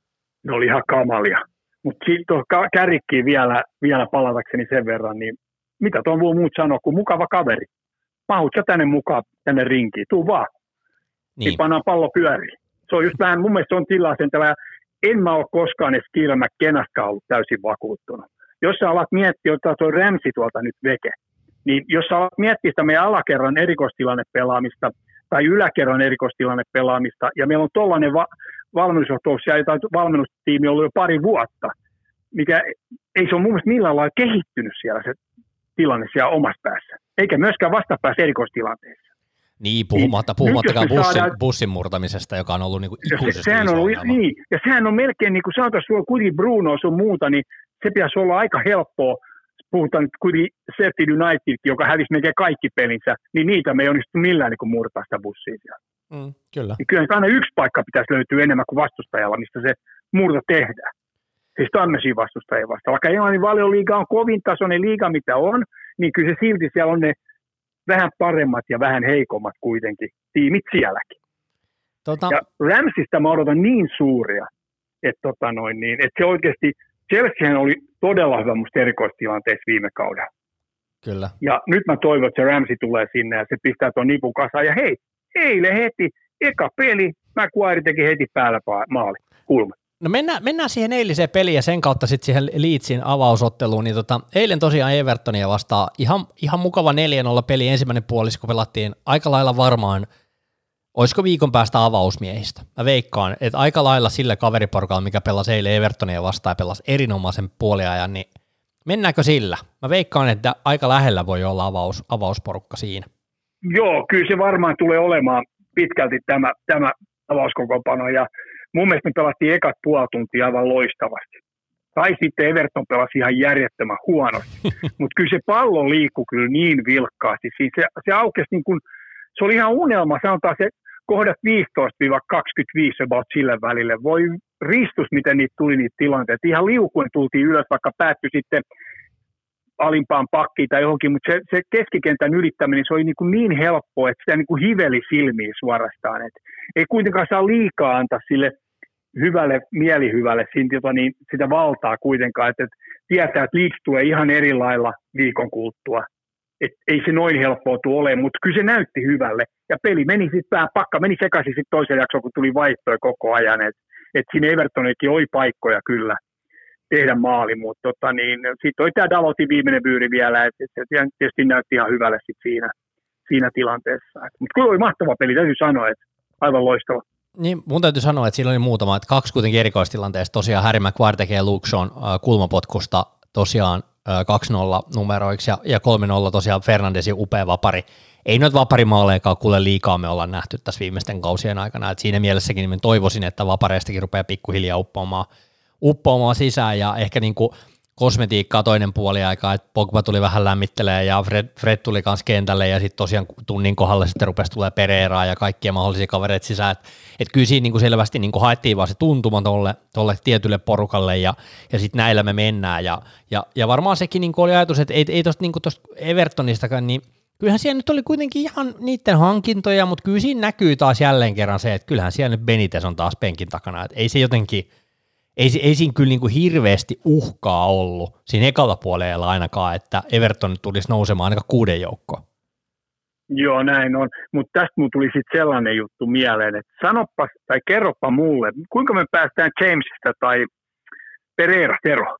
Ne oli ihan kamalia. Mutta tuohon Kärikkiin vielä palatakseni sen verran, niin mitä tuon voi muut sanoa kuin mukava kaveri. Mahut sä tänne mukaan tänne rinkiin, tuu vaan. Niin pannaan pallo pyöriin. Se on just vähän, mun mielestä se on tilaa en mä ole koskaan edes Kieran McKennasta ollut täysin vakuuttunut. Jos sä alat miettiä, ottaa tuo Ramsey tuolta nyt veke, niin jos sä alat miettiä sitä meidän alakerran erikoistilannepelaamista tai yläkerran erikoistilannepelaamista, ja meillä on tollainen valmennusjohtaus ja valmennustiimi ollut jo pari vuotta, mikä ei se ole mun mielestä millään lailla kehittynyt siellä se tilanne siellä omassa päässä, eikä myöskään vastapäässä erikoistilanteessa. Niin, puhumattakaan bussin murtamisesta, joka on ollut niinku ikuisesti iso ongelma. Niin, ja sehän on melkein, niin kuin sanotaan, sulla kuitenkin Bruno sun muuta, niin se pitäisi olla aika helppoa. Puhutaan nyt kuitenkin Sheffield Unitedkin, joka hävisi melkein kaikki pelinsä, niin niitä me ei onnistu millään niin murtaa sitä bussia siellä. Kyllä. Niin kyllä aina yksi paikka pitäisi löytyä enemmän kuin vastustajalla, mistä se murto tehdään. Siis tämmöisiä vastustajia vastaan. Vaikka Englannin Valioliiga on kovin tasoinen liiga, mitä on, niin kyllä se silti siellä on ne vähän paremmat ja vähän heikommat kuitenkin tiimit sielläkin. Ja Ramsista mä odotan niin suuria, että se oikeasti, Chelseahän oli todella hyvä musta erikoistilanteessa viime kaudella. Kyllä. Ja nyt mä toivon, että se Ramsey tulee sinne ja se pistää tuon nipun kasaan. Ja hei, eilen heti, eka peli, Maguire teki heti päällä maali, kulma. No mennään siihen eiliseen peliin ja sen kautta sitten siihen Leedsin avausotteluun. Niin eilen tosiaan Evertonia vastaan ihan mukava 4-0 peli. Ensimmäinen puolisko pelattiin aika lailla varmaan, olisiko viikon päästä avausmiehistä. Mä veikkaan, että aika lailla sillä kaveriporukalla, mikä pelasi eilen Evertonia vastaan ja pelasi erinomaisen puoliajan, niin mennäänkö sillä? Mä veikkaan, että aika lähellä voi olla avausporukka siinä. Joo, kyllä se varmaan tulee olemaan pitkälti tämä avauskokoonpano ja mun mielestä me pelattiin ekat puoli tuntia aivan loistavasti. Tai sitten Everton pelasi ihan järjettömän huonosti. Mutta kyllä se pallo liikkui kyllä niin vilkkaasti. Siis se aukesi niin kuin, se oli ihan unelma, sanotaan se kohdat 15-25 about sille välille. Voi ristus, miten niitä tuli niitä tilanteita. Ihan liukuen tultiin ylös, vaikka päättyi sitten alimpaan pakkiin tai johonkin, mutta se keskikentän ylittäminen, se oli niin helppoa, että sitä niin kuin hiveli silmiin suorastaan. Et ei kuitenkaan saa liikaa antaa sille mielihyvälle niin sitä valtaa kuitenkaan, että tietää, että Leeds tulee ihan eri lailla viikon kuluttua. Et ei se noin helppoa ole, mutta kyllä se näytti hyvälle. Ja peli meni sitten pakka meni sekaisin sitten toisen jakson, kun tuli vaihtoja koko ajan. Et siinä Evertonillakin oli paikkoja kyllä tehdä maali, mutta sitten oli tämä Dalotin viimeinen vyyri vielä, että se tietysti näytti ihan hyvälle sit siinä tilanteessa. Mutta kyllä oli mahtava peli, täytyy sanoa, että aivan loistava. Niin, mun täytyy sanoa, että siinä oli muutama, että 2 kuitenkin erikoistilanteessa, tosiaan Harry Maguire tekee Luke Shawn kulmapotkusta tosiaan 2-0 numeroiksi ja 3-0 tosiaan Fernandesin upea vapari. Ei noita vaparimaalejakaan kuule liikaa me ollaan nähty tässä viimeisten kausien aikana, että siinä mielessäkin niin toivoisin, että vapareistakin rupeaa pikkuhiljaa uppoamaan sisään ja ehkä niin kuin kosmetiikkaa toinen puoli aikaa, että Pogba tuli vähän lämmittelemään ja Fred tuli kanssa kentälle ja sitten tosiaan tunnin kohdalla sitten rupesi tulee Pereiraa ja kaikkia mahdollisia kavereita sisään, että kyllä siinä niin kuin selvästi niin kuin haettiin vaan se tuntuma tolle tietylle porukalle ja sitten näillä me mennään ja varmaan sekin niin kuin oli ajatus, että ei tuosta niin Evertonistakaan, niin kyllähän siellä nyt oli kuitenkin ihan niiden hankintoja, mutta kyllä siinä näkyy taas jälleen kerran se, että kyllähän siellä nyt Benitez on taas penkin takana, että ei se jotenkin ei siinä kyllä niin kuin hirveästi uhkaa ollut siinä ekalla puolella ainakaan, että Everton tulisi nousemaan ainakaan 6 joukkoon. Joo, näin on. Mutta tästä mun tuli sitten sellainen juttu mieleen, että sanoppa tai kerropa mulle, kuinka me päästään Jamesista tai Pereirasta eroon?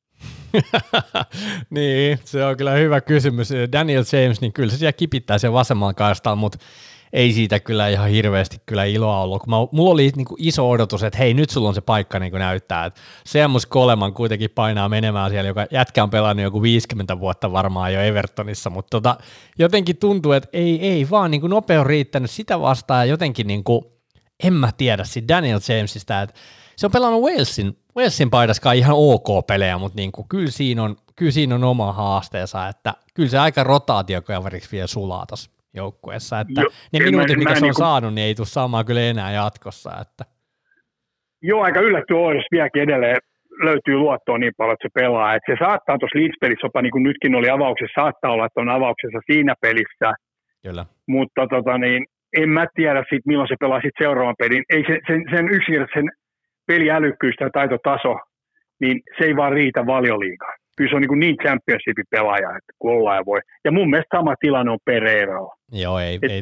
Niin, se on kyllä hyvä kysymys. Daniel James, niin kyllä se siellä kipittää sen vasemman kaistaan, mutta ei siitä kyllä ihan hirveästi kyllä iloa ollut. Mulla oli niin kuin iso odotus, että hei, nyt sulla on se paikka niin kuin näyttää, että Seamus Coleman kuitenkin painaa menemään siellä, joka jätkä on pelannut joku 50 vuotta varmaan jo Evertonissa, mutta jotenkin tuntuu, että ei vaan niin kuin nope on riittänyt sitä vastaan, ja jotenkin niin kuin, en mä tiedä siitä Daniel Jamesista, että se on pelannut Walesin paidaskaan ihan ok pelejä, mutta niin kuin, kyllä siinä on oma haasteensa, että kyllä se aika rotaatiokaveriksi vielä sulaa tuossa joukkueessa, että ne minuutit, mitä se on saanut, niin ei tule saamaan kyllä enää jatkossa. Että. Joo, aika yllätty on, jos vieläkin edelleen löytyy luottoa niin paljon, että se pelaa. Että se saattaa tuossa Leeds-pelissä, jopa niin kuin nytkin oli avauksessa, saattaa olla, että on avauksessa siinä pelissä. Kyllä. Mutta en mä tiedä siitä, milloin se pelaa sitten seuraavan pelin. Ei sen yksinkertaisen peliälykkyys tai taitotaso, niin se ei vaan riitä Valioliigaan. Kyllä se on niin championshipin pelaaja, että kun ollaan ja voi. Ja mun mielestä sama tilanne on Pereiralla. Joo,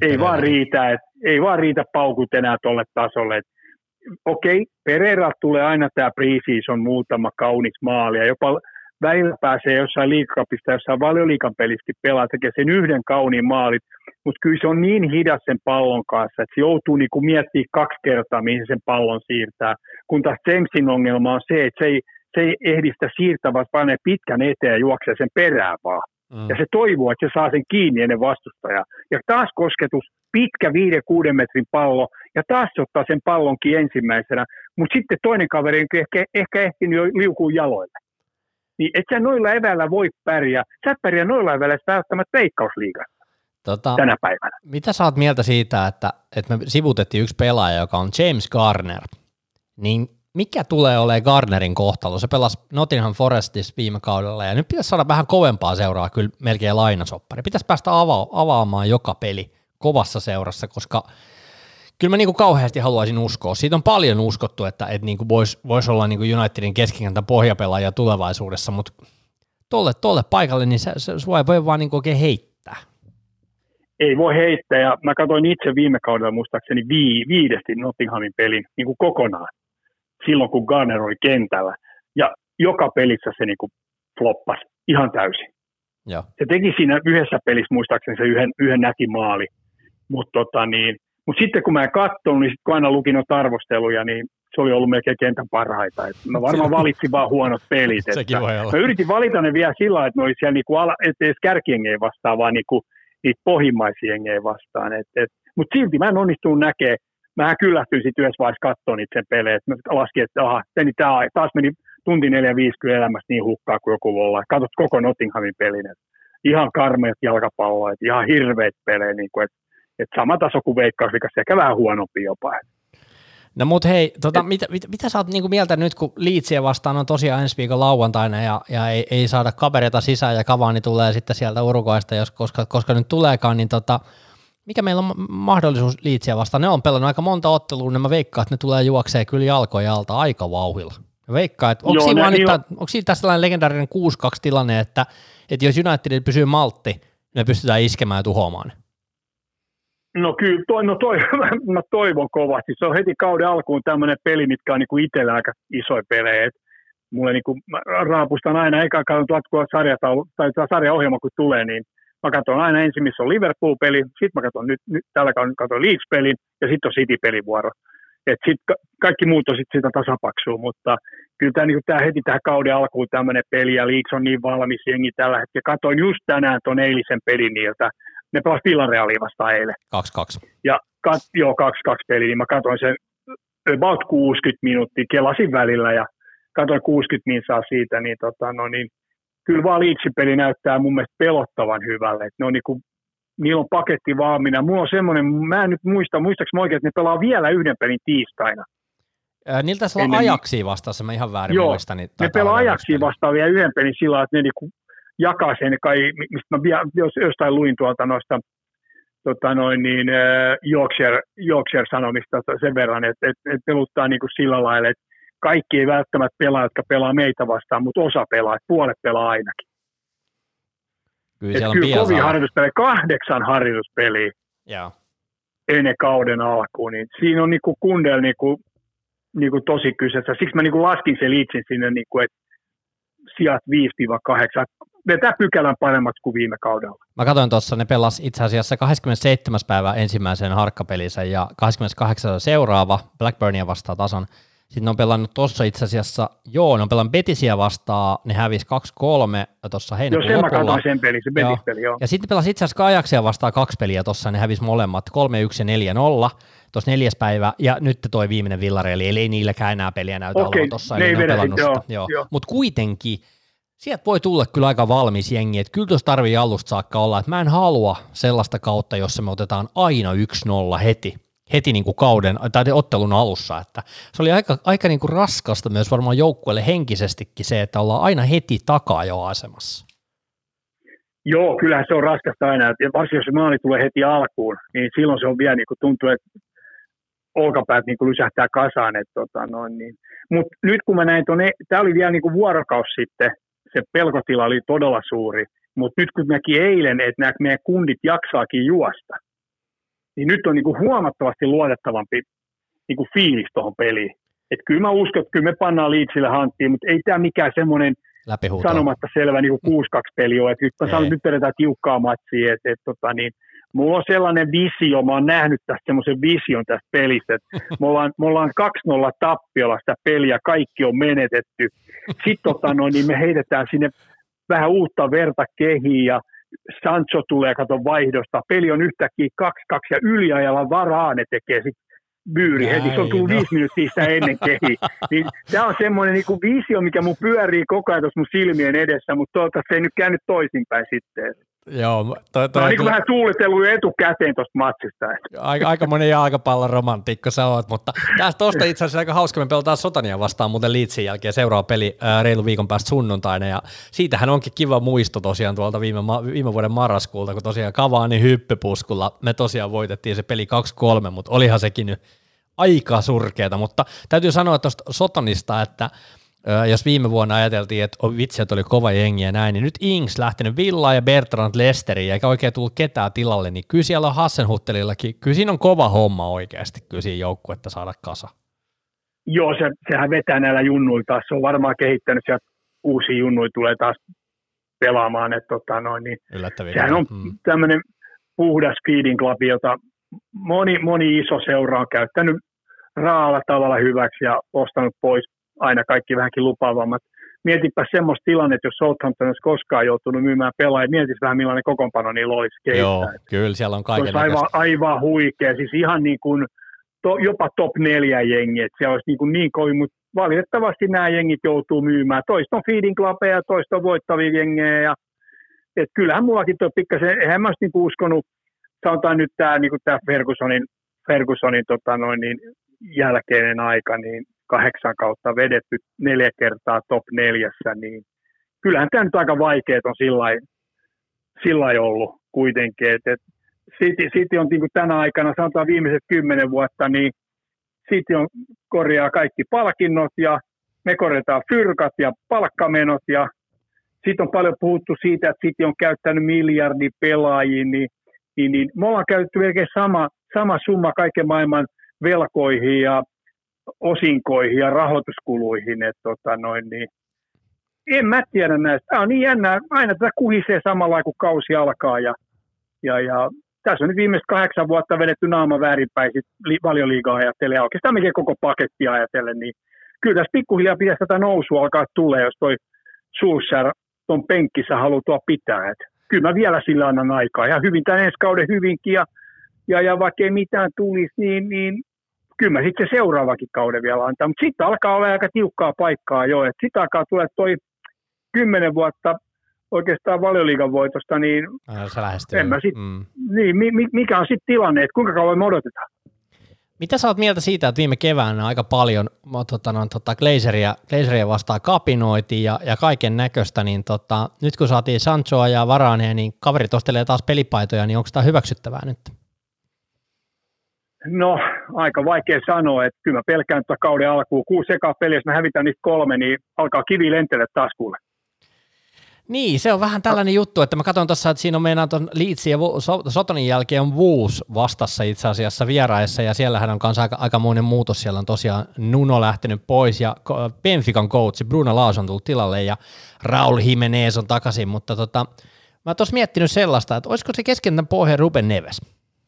ei vaan riitä paukut enää tuolle tasolle. Okei, Pereira tulee aina tämä pre-season muutama kaunis maali, ja jopa välillä pääsee jossain liigacupista, jossain Valioliigan pelissäkin pelaa, tekee sen yhden kauniin maalit, mutta kyllä se on niin hidas sen pallon kanssa, että se joutuu niinku miettimään 2 kertaa, mihin sen pallon siirtää, kun taas Jamesin ongelma on se, että se ei ehdi sitä siirtää, vaan panee pitkän eteen ja juoksee sen perään vaan. Ja se toivoo, että se saa sen kiinni ennen vastustajaa. Ja taas kosketus, pitkä 5-6 metrin pallo, ja taas se ottaa sen pallonkin ensimmäisenä, mutta sitten toinen kaveri on ehkä ehtinyt jo liukua jaloille. Niin et sä noilla eväillä voi pärjää. Sä et pärjää noilla eväillä välttämättä Veikkausliigassa tänä päivänä. Mitä sä oot mieltä siitä, että me sivutettiin yksi pelaaja, joka on James Garner, niin mikä tulee olemaan Garnerin kohtalo? Se pelasi Nottingham Forestissa viime kaudella ja nyt pitäisi saada vähän kovempaa seuraa, kyllä melkein lainasoppari. Pitäisi päästä avaamaan joka peli kovassa seurassa, koska kyllä mä niin kuin kauheasti haluaisin uskoa. Siitä on paljon uskottu, että niin kuin voisi olla niin kuin Unitedin keskikentän pohjapelaaja tulevaisuudessa, mutta tolle paikalle niin sua ei voi vaan niin kuin oikein heittää. Ei voi heittää, ja mä katsoin itse viime kaudella muistaakseni 5 Nottinghamin pelin niin kuin kokonaan. Silloin, kun Garner oli kentällä. Ja joka pelissä se niinku floppasi ihan täysin. Ja. Se teki siinä yhdessä pelissä muistaakseni se yhden näkimaali. Mutta sitten kun mä en katsonut, niin sit kun aina lukin noita arvosteluja, niin se oli ollut melkein kentän parhaita. Et mä varmaan valitsin vaan huonot pelit. Sekin voi olla. Mä yritin valita ne vielä sillä lailla, että ne oli siellä niinku ettei edes kärkiengejä vastaan, vaan niinku niitä pohjimmaisia jengejä vastaan. Mutta silti mä en onnistunut näkemään. Mähän kyllähtyin sitten yhdessä vaiheessa katsoa niitä sen pelejä. Mä laskin, että taas meni tunti 4-5 elämästä niin hukkaa kuin joku voi olla. Katsot koko Nottinghamin pelin. Ihan karmeat jalkapalloa, ihan hirveät pelejä. Niin että sama taso kuin Veikkausliigassa, ehkä vähän huonompi jopa. No mut hei, mitä sä oot niinku mieltä nyt, kun Leedsiä vastaan on tosiaan ensi viikon lauantaina ja ei saada kavereita sisään ja Cavani tulee sitten sieltä Uruguaysta, koska nyt tuleekaan, niin mikä meillä on mahdollisuus Leedsiä vastaan? Ne on pelannut aika monta ottelua, niin mä veikkaan, että ne tulee juoksee kyllä jalkoja alta aika vauhilla. Mä veikkaan, että onko siinä tässä tällainen legendaarinen 6-2 tilanne, että jos Unitedilla pysyy maltti, niin me pystytään iskemään ja tuhoamaan. No kyllä, mä toivon kovasti. Se on heti kauden alkuun tämmöinen peli, mitkä on niinku itsellä aika isoja pelejä. Mulle niinku, mä raapustan aina, eka katson sarjaohjelma kun tulee, niin mä katson aina ensin, missä on Liverpool-peli, sitten mä katson nyt tällä katson Leeds-pelin ja sitten on City-pelivuoro. Sitten kaikki muut on sitten sitä tasapaksua, mutta kyllä tämä niinku, heti tähän kauden alkuun tämmöinen peli ja Leeds on niin valmis jengi tällä hetkellä. Katoin just tänään ton eilisen pelin niiltä. Ne pelasivat Villarealia vastaan eilen. 2-2. Ja 2-2 peli, niin mä katsoin sen about 60 minuuttia, kelasin välillä ja katsoin 60 minsaa siitä, niin kyllä vaan Leedsin peli näyttää mun mielestä pelottavan hyvälle. Et ne on niinku, niillä on paketti valmiina. Mulla on semmoinen, mä en nyt muistaaks oikein, että ne pelaa vielä yhden pelin tiistaina. Niiltä taisi olla Ajaxia vastaan, mä ihan väärin muistan. Niin ne pelaa Ajaxia vastaan vielä yhden pelin sillä, että ne niinku jakaa sen kai, mistä mä jostain luin tuolta noista Yorkshire-sanomista sen verran, että peluttaa niinku sillä lailla, että kaikki ei välttämättä pelaa, jotka pelaa meitä vastaan, mutta osa pelaa, että puolet pelaa ainakin. Kyllä kovin harjoituspeliä, 8 harjoituspeliä ennen kauden alkuun, niin siinä on niinku Kundel niinku tosi kyseessä. Siksi mä niinku laskin sen Leedsin sinne, niinku, että sijat 5-8, vetää pykälän paremmaksi kuin viime kaudella. Mä katsoin tuossa, ne pelas itse asiassa 27. päivä ensimmäisen harkkapelinsä ja 28. seuraava Blackburnia vastaan tasan. Sitten ne on pelannut tuossa itse asiassa, ne on pelannut Betisiä vastaan, ne hävisi 2-3 tuossa heinäkuun lopulla. Joo, sen mä katsoin sen pelin, se Betis-peli, joo. Ja sitten pelasi itse asiassa Ajaxia vastaan 2 peliä tuossa, ne hävisi molemmat 3-1 ja 4-0 tuossa 4. päivä, ja nyt toi viimeinen Villareal, eli ei niilläkään enää peliä näytä olevan tuossa, eli ne on pelannut sitä. Joo. Mutta kuitenkin, sieltä voi tulla kyllä aika valmis jengi, että kyllä tuossa tarvii alusta saakka olla, että mä en halua sellaista kautta, jossa me otetaan aina 1-0 heti niin kuin kauden tai ottelun alussa, että se oli aika niin kuin raskasta myös varmaan joukkueelle henkisestikin se, että ollaan aina heti takaa jo asemassa. Joo, kyllähän se on raskasta aina, että varsinkin jos se maali tulee heti alkuun, niin silloin se on vielä niin kuin tuntuu, että olkapäät niin kuin lysähtää kasaan. Mutta nyt kun mä näin tämä oli vielä niin kuin vuorokausi sitten, se pelkotila oli todella suuri, mutta nyt kun näki eilen, että nämä meidän kundit jaksaakin juosta, niin nyt on niinku huomattavasti luotettavampi niinku fiilis tuohon peliin. Et kyllä mä uskon, että kyllä me pannaan Leedsille hanttiin, mutta ei tämä mikään semmoinen sanomatta selvä niinku 6-2 peli ole. Nyt vedetään tiukkaa matsia. Mulla on sellainen visio, mä oon nähnyt tästä semmoisen vision tästä pelistä, että me ollaan 2-0 tappiolla sitä peliä, kaikki on menetetty. Sitten niin me heitetään sinne vähän uutta verta kehiin ja Sancho tulee vaihdosta. Peli on yhtäkkiä 2-2 ja yliajalla varaa ne tekee sitten byyri heti. Se on tullut 5 minuuttia sitä ennen kehiin. Niin, tämä on semmoinen niinku visio, mikä mun pyörii koko ajan tuossa mun silmien edessä, mutta toivottavasti se ei nyt käynyt toisinpäin sitten. Joo, toi on niin vähän suunnitellut jo etukäteen tuosta matsista. Aika moni jalkapallon romantikko sä oot, mutta tuosta itse asiassa aika hauska, me pelataan Sotania vastaan muuten Leedsin jälkeen seuraava peli reilu viikon päästä sunnuntaina, ja siitähän onkin kiva muisto tosiaan tuolta viime vuoden marraskuulta, kun tosiaan Cavani hyppypuskulla me tosiaan voitettiin se peli 2-3, mutta olihan sekin nyt aika surkeeta, mutta täytyy sanoa tuosta Sotonista, että jos viime vuonna ajateltiin, että vitsi, että oli kova jengi ja näin, niin nyt Ings lähtenyt Villaan ja Bertrand Lesteriin, eikä oikein tullut ketään tilalle, niin kyllä siellä on Hassenhuttelillakin, kyllä siinä on kova homma oikeasti, kyllä siinä joukkuetta saada kasa. Joo, sehän vetää näillä junnuilla taas, se on varmaan kehittänyt, sieltä uusia junnuja tulee taas pelaamaan, että niin sehän on tämmöinen puhdas feeding club, jota moni iso seura on käyttänyt raalla tavalla hyväksi ja ostanut pois aina kaikki vähänkin lupaavammat. Mietipä semmoista tilannetta, jos Southampton olisi koskaan joutunut myymään pelaajia, mietisi vähän millainen kokoonpano niillä olisi kehittää. Joo, kyllä siellä on kaiken. Se olisi aivan huikea, siis ihan niin kuin jopa top 4 jengi, että se olisi niin kovin, mutta valitettavasti nämä jengit joutuu myymään. Toista on feeding clubeja, toista on voittavia jengejä, ja et kyllähän mullakin tuo pikkasen, eihän mä olisi niin uskonut, sanotaan nyt tämä niin Fergusonin jälkeinen aika, niin 8 kautta vedetty 4 kertaa top 4, niin kyllähän tämä nyt aika vaikeet on sillä lailla ollut kuitenkin, että City on niin kuin tänä aikana, sanotaan viimeiset 10 vuotta, niin City korjaa kaikki palkinnot ja me korjataan fyrkat ja palkkamenot ja sitten on paljon puhuttu siitä, että City on käyttänyt miljardi pelaajiin, niin me ollaan käytetty melkein sama summa kaiken maailman velkoihin ja osinkoihin ja rahoituskuluihin. Niin. En mä tiedä näistä. Tämä on niin jännää. Aina tätä kuhisee samalla lailla, kun kausi alkaa. Ja tässä on nyt viimeiset 8 vuotta vedetty naama väärinpäin Valioliigaa ajatellen ja oikeastaan melkein koko pakettia ajatellen. Niin kyllä tässä pikkuhiljaa pitäisi tätä nousua alkaa tulee, jos toi Solskjaer tuon penkkissä haluaa pitää. Et kyllä mä vielä sillä annan aikaa. Ja hyvin tämän ensi kauden hyvinkin. Ja vaikka ei mitään tulisi, niin kyllä mä sitten se seuraavakin kauden vielä antaa. Mutta sitten alkaa olla aika tiukkaa paikkaa jo. Sitten alkaa tulla toi 10 vuotta oikeastaan Valioliigan voitosta, niin en mä niin, mikä on sitten tilanne, että kuinka kauan me odotetaan? Mitä sä oot mieltä siitä, että viime keväänä aika paljon Glazeria vastaan kapinoitiin ja kaiken näköistä, niin nyt kun saatiin Sanchoa ja Varanea, niin kaverit ostelee taas pelipaitoja, niin onko tämä hyväksyttävää nyt? No, aika vaikea sanoa, että kyllä mä pelkään tuota kauden alkuun. 6 ekaa peliä, jos mä hävitän niistä 3, niin alkaa kivi lentele taas kuule. Niin, se on vähän tällainen juttu, että mä katson tuossa, että siinä on meidän tuon Leedsin ja Sotonin jälkeen on Wolves vastassa itse asiassa vieraissa, ja siellähän on kanssa aikamoinen muutos. Siellä on tosiaan Nuno lähtenyt pois, ja Benfican coachi Bruno Lage on tullut tilalle, ja Raul Jimenez on takaisin, mutta mä oon miettinyt sellaista, että olisiko se keskentän pohja Ruben Neves?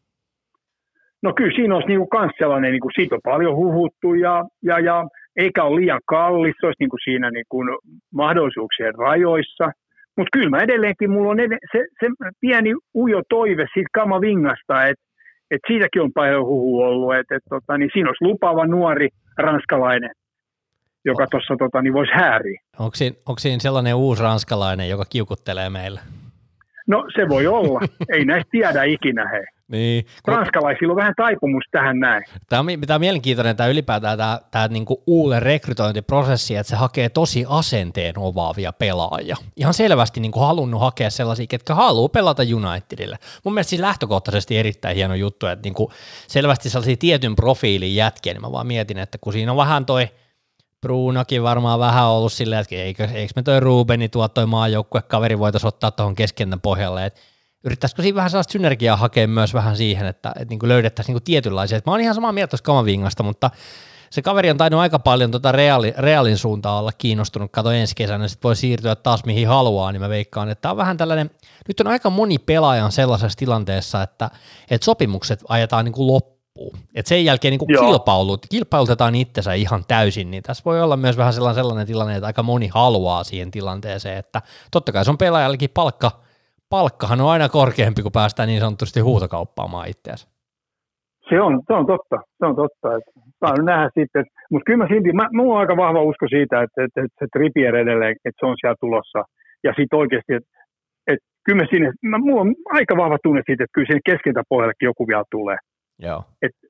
No kyllä siinä olisi niinku kans sellainen, niinku siitä on paljon huhuttu ja eikä ole liian kallis, se olisi niinku siinä niinku mahdollisuuksien rajoissa. Mutta kyllä mä edelleenkin, mulla on se pieni ujo toive siitä Kamavingasta, että siitäkin on paljon huhua ollut, niin siinä olisi lupaava nuori ranskalainen, joka tuossa niin voisi hääriä. Onko siinä sellainen uusi ranskalainen, joka kiukuttelee meille? No se voi olla, ei näistä tiedä ikinä hei. Niin. Ranskalaisilla on vähän taipumus tähän näin. Tämä on mielenkiintoinen tämä ylipäätään tämä niinku uuden rekrytointiprosessi, että se hakee tosi asenteen omaavia pelaajia. Ihan selvästi niinku halunnut hakea sellaisia, ketkä haluaa pelata Unitedille. Mun mielestä siis lähtökohtaisesti erittäin hieno juttu, että niinku selvästi sellaisia tietyn profiilin jätkiä, niin mä vaan mietin, että kun siinä on vähän toi Brunokin varmaan vähän ollut silleen, että eikö me toi Rubeni tuo toi maajoukkuekaveri voitaisiin ottaa tuohon keskentän pohjalle, että yrittäisikö siinä vähän sellaista synergiaa hakea myös vähän siihen, että niin löydettäisiin niin tietynlaisia. Mä oon ihan samaa mieltä tuosta Kamavingasta, mutta se kaveri on tainnut aika paljon Realin suuntaan olla kiinnostunut. Kato ensi kesänä, sitten voi siirtyä taas mihin haluaa, niin mä veikkaan, että tämä on vähän tällainen, nyt on aika moni pelaajan sellaisessa tilanteessa, että sopimukset ajetaan niin kuin loppuun. Että sen jälkeen niin kilpailutetaan itsensä ihan täysin, niin tässä voi olla myös vähän sellainen tilanne, että aika moni haluaa siihen tilanteeseen, että totta kai se on pelaajallekin palkkahan on aina korkeampi, kun päästään niin sanotusti huutokauppaamaan itseänsä. Se on totta. Saa nyt nähdä sitten. Mutta kyllä minulla on aika vahva usko siitä, että se Trippier edelleen, että se on siellä tulossa. Ja sitten oikeasti, että kyllä minulla on aika vahva tunne siitä, että kyllä sinne keskeltä pohjallekin joku vielä tulee. Joo.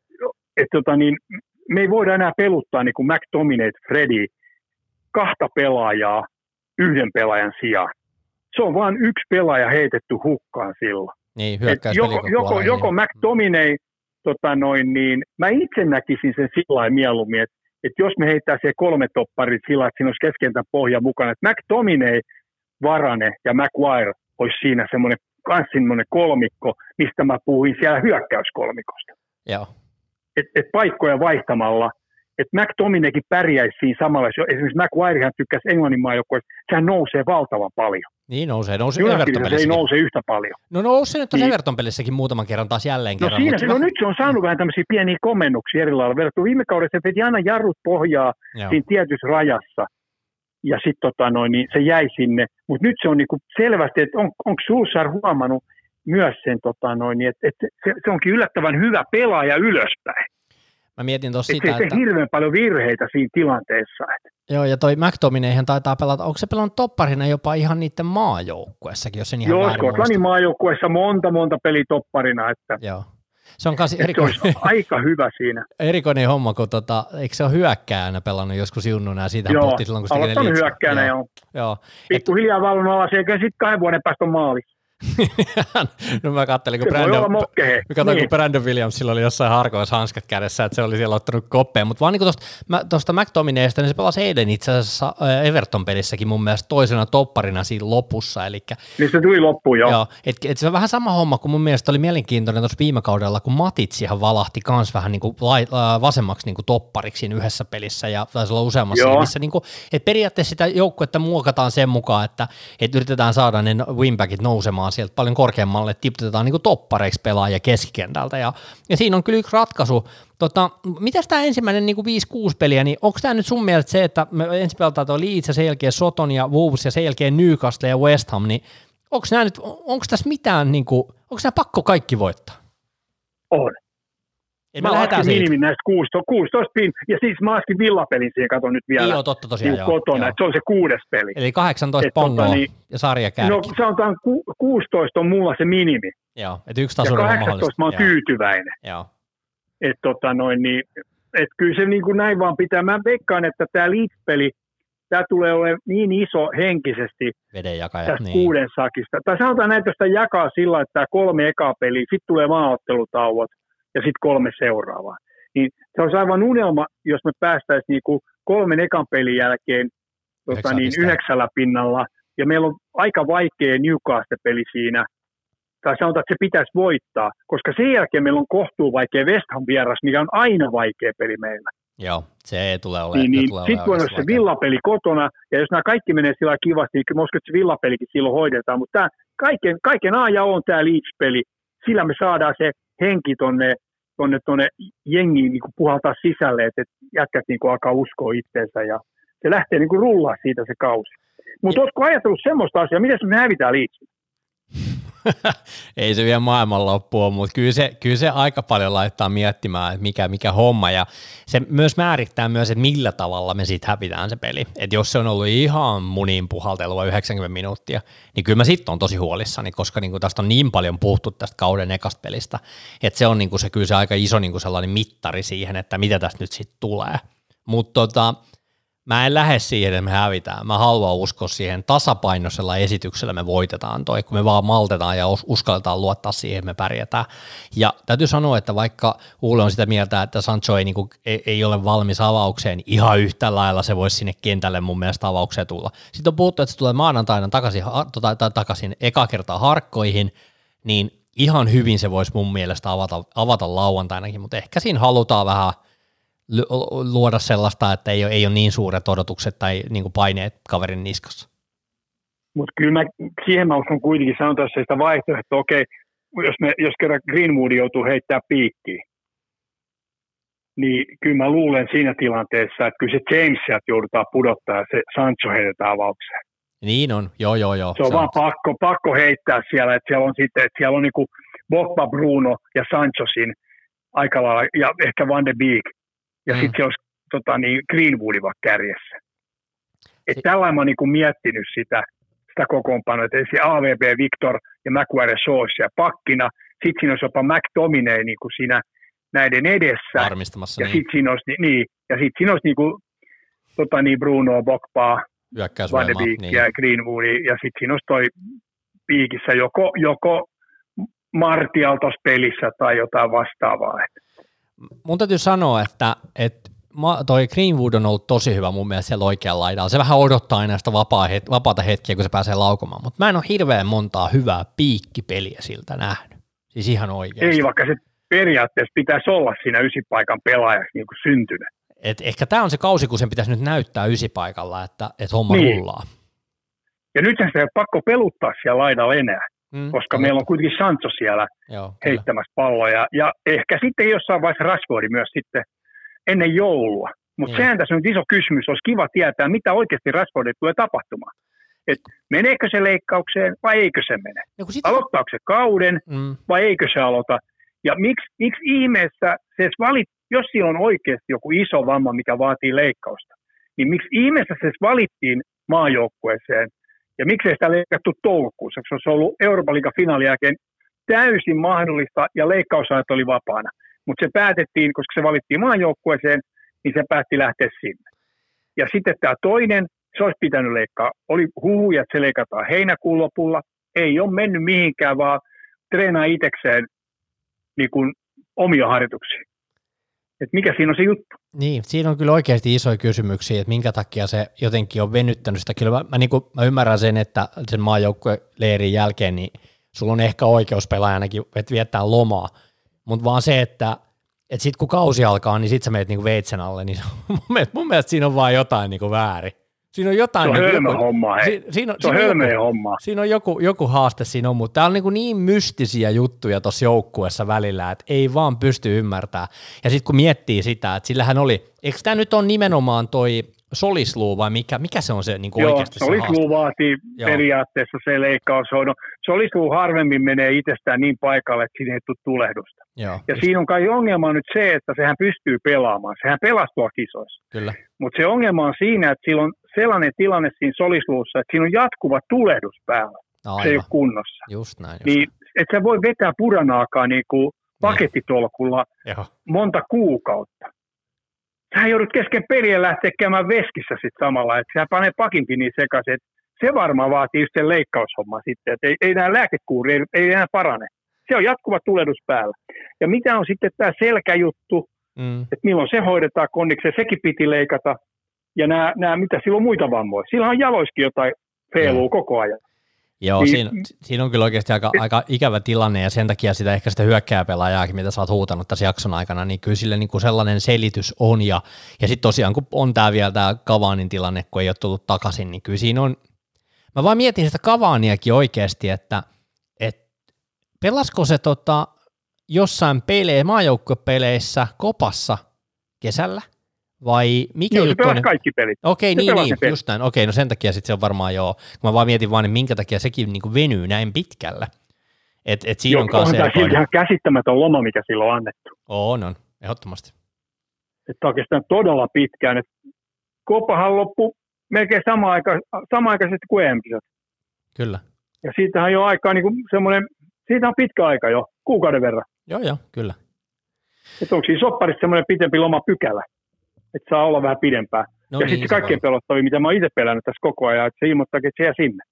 Me ei voida enää peluttaa niin kuin McTominay, Freddy, 2 pelaajaa 1 pelaajan sijaan. Se on vain 1 pelaaja heitetty hukkaan silloin. Niin, joko McTominay, niin mä itse näkisin sen sillä lailla mieluummin, että jos me heittää siihen 3 topparit sillä, että siinä olisi keskentän pohja mukana, että McTominay, Varane ja Maguire olisi siinä semmoinen kolmikko, mistä mä puhuin siellä hyökkäyskolmikosta. Joo. Et paikkoja vaihtamalla, että McTominaykin pärjäisi siinä samalla, jos esimerkiksi Maguirehan tykkäsi Englannin maajoukkueesta, sehän nousee valtavan paljon. Niin nousee Everton-pelissäkin. Se ei nouse yhtä paljon. No nousee nyt tuossa Everton-pelissäkin muutaman kerran taas jälleen kerran. Nyt se on saanut vähän tämmöisiä pieniä komennuksia eri lailla verrattuna. Viime kaudessa se veti aina jarrut pohjaa siinä tietyssä rajassa. Ja sitten niin se jäi sinne. Mutta nyt se on niinku selvästi, että onko Solskjaer huomannut myös sen, että se onkin yllättävän hyvä pelaaja ylöspäin. Mä mietin tuossa sitä, että hirveän paljon virheitä siinä tilanteessa. Joo, ja toi McTominayhan taitaa pelata, onko se pelannut topparina jopa ihan niiden maajoukkuessakin, jos sen ihan väärin muista? Joo, Skotlannin maajoukkuessa monta peliä topparina. Että joo. Se on kanssa aika hyvä siinä. Erikoinen homma, kun eikö se ole hyökkääjänä pelannut joskus junnuna, ja siitä joo, pohti silloin, kun se aloittanut hyökkääjänä, joo. Pikkuhiljaa vallon alas, eikä sitten 2 vuoden päästä on maalis. No mä kattelin, kun Brandon Williamsilla oli jossain harkoissa hanskat kädessä, että se oli siellä ottanut koppeen, mutta vaan niin tuosta McTominaysta, niin se pelasi eilen itse asiassa Everton-pelissäkin mun mielestä toisena topparina siinä lopussa. Niin se tuli loppuun, joo. Joo, et se on vähän sama homma, kun mun mielestä oli mielenkiintoinen tuossa viime kaudella, kun Matitsihan valahti kans vähän niin kuin vasemmaksi niin kuin toppariksi yhdessä pelissä ja taisi olla useammassa, missä niin kuin, että periaatteessa sitä joukkuetta muokataan sen mukaan, että yritetään saada ne wingbackit nousemaan sieltä paljon korkeammalle, tiputetaan niin kuin toppareiksi pelaajia keskikentältä ja siinä on kyllä yksi ratkaisu. Mitäs tämä ensimmäinen niin kuin 5-6 peliä, niin onko tämä nyt sun mielestä se, että me ensin pelataan tuo Leeds ja sen jälkeen Soton ja Wolves ja sen jälkeen Newcastle ja West Ham, niin onko tässä mitään, niin kuin, onko nämä pakko kaikki voittaa? On. Mä laskin minimin näistä 16 pin, ja siis mä laskin Villapelin siihen, katon nyt vielä. Joo, totta tosiaan. Niin kotona, että se on se 6. peli. Eli 18 pongoa ja sarja kärki. No sanotaan 16 on mulla se minimi. Joo, että yksi tasoinen on mahdollista. Ja 18 mä oon tyytyväinen. Joo. Että kyllä se niin kuin näin vaan pitää. Mä veikkaan, että tämä Leeds-peli, tämä tulee olemaan niin iso henkisesti tästä 6 sakista. Tai sanotaan näin, että sitä jakaa sillä, että tämä 3 ekaa peliä, sitten tulee maaottelutauot ja sitten 3 seuraavaa. Niin se olisi aivan unelma, jos me päästäisiin niinku 3 ekan pelin jälkeen 9 pinnalla, ja meillä on aika vaikea Newcastle-peli siinä, tai sanotaan, että se pitäisi voittaa, koska sen jälkeen meillä on kohtuu vaikea West Ham vieras, mikä on aina vaikea peli meillä. Joo, se ei tule olemaan. Sitten kun on se Villapeli kotona, ja jos nämä kaikki menee sillä kivasti, niin mä uskon, että se Villapelikin silloin hoidetaan, mutta tämä kaiken A ja O on tämä Leeds-peli, sillä me saadaan se henki tonne jengiin niin puhaltaa sisälle, että jätkät niin alkaa uskoa itseensä ja se lähtee niin rullaa siitä se kausi. Mutta oletko ajatellut semmoista asiaa, miten me hävitään Leedsiin? Ei se vielä maailmanloppua, mutta kyllä se aika paljon laittaa miettimään, että mikä homma, ja se myös määrittää myös, että millä tavalla me siitä hävitään se peli. Että jos se on ollut ihan muniin puhaltelua 90 minuuttia, niin kyllä mä sitten on tosi huolissani, koska niinku tästä on niin paljon puhuttu tästä kauden ekasta pelistä, että se on niinku se, kyllä se aika iso niinku sellainen mittari siihen, että mitä tästä nyt sitten tulee. Mutta mä en lähde siihen, että me hävitään. Mä haluan uskoa siihen tasapainoisella esityksellä me voitetaan toi, kun me vaan maltetaan ja uskalletaan luottaa siihen, että me pärjätään. Ja täytyy sanoa, että vaikka Uule on sitä mieltä, että Sancho ei ole valmis avaukseen, niin ihan yhtä lailla se voisi sinne kentälle mun mielestä avaukseen tulla. Sitten on puhuttu, että se tulee maanantaina takaisin eka kertaa harkkoihin, niin ihan hyvin se voisi mun mielestä avata lauantainakin, mutta ehkä siinä halutaan vähän luoda sellaista, että ei ole niin suuret odotukset tai niin kuin paineet kaverin niskassa. Mutta kyllä siihen mä uskon kuitenkin sanotaan sitä vaihtoehtoa, että okei, jos kerran Greenwood joutuu heittämään piikkiin, niin kyllä mä luulen siinä tilanteessa, että kyllä se James sieltä joudutaan pudottaa ja se Sancho heitetään avaukseen. Niin on, joo. Se on vaan pakko heittää siellä, että siellä on niinku Pogba, Bruno ja Sancho siinä aika lailla, ja ehkä Van de Beek. Ja sitten se olisi Greenwoodin vaikka kärjessä. Tällainen mä oon niinku miettinyt sitä kokoonpanoa, että se AVB, Victor ja Maguire Shaw ja pakkina. Sitten siinä olisi jopa McTominay niinku siinä näiden edessä. Varmistamassa, ja sitten siinä olisi niinku, Bruno, Pogba, Van de Beek ja Greenwood. Ja sitten siinä olisi toi piikissä joko Martial tuossa pelissä tai jotain vastaavaa. Mun täytyy sanoa, että toi Greenwood on ollut tosi hyvä mun mielestä siellä oikealla laidalla. Se vähän odottaa aina sitä vapaata hetkiä, kun se pääsee laukomaan, mutta mä en ole hirveän montaa hyvää piikkipeliä siltä nähnyt. Siis ihan oikeasti. Ei, vaikka se periaatteessa pitäisi olla siinä 9 paikan pelaajaksi niin kuin syntynyt. Ehkä tämä on se kausi, kun sen pitäisi nyt näyttää 9 paikalla, että homma rullaa. Ja nythän se ei ole pakko peluttaa siellä laidalla enää. Koska meillä on kuitenkin Sancho siellä heittämässä palloja. Ja ehkä sitten jossain vaiheessa Rashfordi myös sitten ennen joulua. Mutta sehän tässä on nyt iso kysymys. Olisi kiva tietää, mitä oikeasti Rashfordille tulee tapahtumaan. Että meneekö se leikkaukseen vai eikö se mene? Aloittaako se kauden vai eikö se aloita? Ja miksi ihmeessä se jos siellä on oikeasti joku iso vamma, mikä vaatii leikkausta, niin miksi ihmeessä se valittiin maajoukkueeseen? Ja miksei sitä leikattu toukokuussa, koska se on ollut Euroopan liigan finaalin jälkeen täysin mahdollista ja leikkausajat oli vapaana. Mutta se päätettiin, koska se valittiin maajoukkueeseen, niin se päätti lähteä sinne. Ja sitten tämä toinen, se olisi pitänyt leikkaa. Oli huhuja, että se leikataan heinäkuun lopulla. ei ole mennyt mihinkään, vaan treenaa itsekseen niin kuin omia harjoituksia. Että mikä siinä on se juttu? Niin, siinä on kyllä oikeasti isoja kysymyksiä, että minkä takia se jotenkin on venyttänyt sitä. Kyllä mä ymmärrän sen, että sen maajoukkueleirin jälkeen niin sulla on ehkä oikeus pelaajanakin, että viettää lomaa, mutta vaan se, että sitten kun kausi alkaa, niin sit sä meet niinku veitsen alle, niin mun mielestä siinä on vaan jotain niinku väärin. Siinä on jotain. Se on hölmö homma, hei. Se on hölmöä hommaa. Siinä on joku haaste siinä on, mutta tää on niin mystisiä juttuja tuossa joukkueessa välillä, että ei vaan pysty ymmärtämään. Ja sitten kun miettii sitä, että sillähän oli, eikö tämä nyt ole nimenomaan toi solisluu vai mikä se on se niin oikeasti se haaste? Joo, solisluu vaatii periaatteessa se leikkaushoidon. Solisluu harvemmin menee itsestään niin paikalle, että siinä ei tule tulehdusta. Joo, ja siinä on kai ongelma nyt se, että sehän pystyy pelaamaan. Sehän pelastuu kisoissa. Kyllä. Mutta se ongelma on siinä, että sillä on sellainen tilanne siinä solisluussa, että siinä on jatkuva tulehdus päällä. Se ei ole kunnossa. Just näin. Niin, että sä voi vetää puranaakaan niinku pakettitolkulla monta kuukautta. Sä joudut kesken pelien lähteä käymään veskissä sitten samalla, että sä panee pakinpiniin sekaisin. Se varmaan vaatii just sen leikkaushomman sitten, että ei nämä lääkekuuri, ei enää parane. Se on jatkuva tulehdus päällä. Ja mitä on sitten tämä selkäjuttu, että milloin se hoidetaan kondikseen, sekin piti leikata. Ja nämä mitä sillä on muita vammoja. Sillä on jaloiskin jotain feilua koko ajan. Joo, siinä on kyllä oikeasti aika ikävä tilanne, ja sen takia sitä hyökkääjäpelaajaakin, mitä sä oot huutanut tässä jakson aikana, niin kyllä sille niin kuin sellainen selitys on, ja sitten tosiaan, kun on vielä tämä Cavanin tilanne, kun ei ole tullut takaisin, niin kyllä siinä on, mä vaan mietin sitä Cavaniakin oikeasti, että pelasko se jossain maajoukkuepeleissä kopassa kesällä, vai mikä juttu? Joo, se pelasi kaikki pelit. Okei, niin, just näin. Okei, no sen takia sitten se on varmaan joo. Mä vaan mietin vaan, niin minkä takia sekin niin kuin venyy näin pitkälle. Et siinä on kanssa on ihan käsittämätön loma, mikä sillä on annettu. On, ehdottomasti. Että oikeastaan todella pitkään. Et Kopahan loppui melkein samanaikaisesti kuin EM-kisat. Kyllä. Ja siitähän on jo aikaa niin semmoinen, siitä on pitkä aika jo, kuukauden verran. Joo, kyllä. Että onko siinä sopparissa semmoinen pitempi lomapykälä? Että saa olla vähän pidempään. No ja niin, sitten kaikkein pelottavia, mitä mä oon itse pelännyt tässä koko ajan, että se ilmoittaakin, että se jää sinne.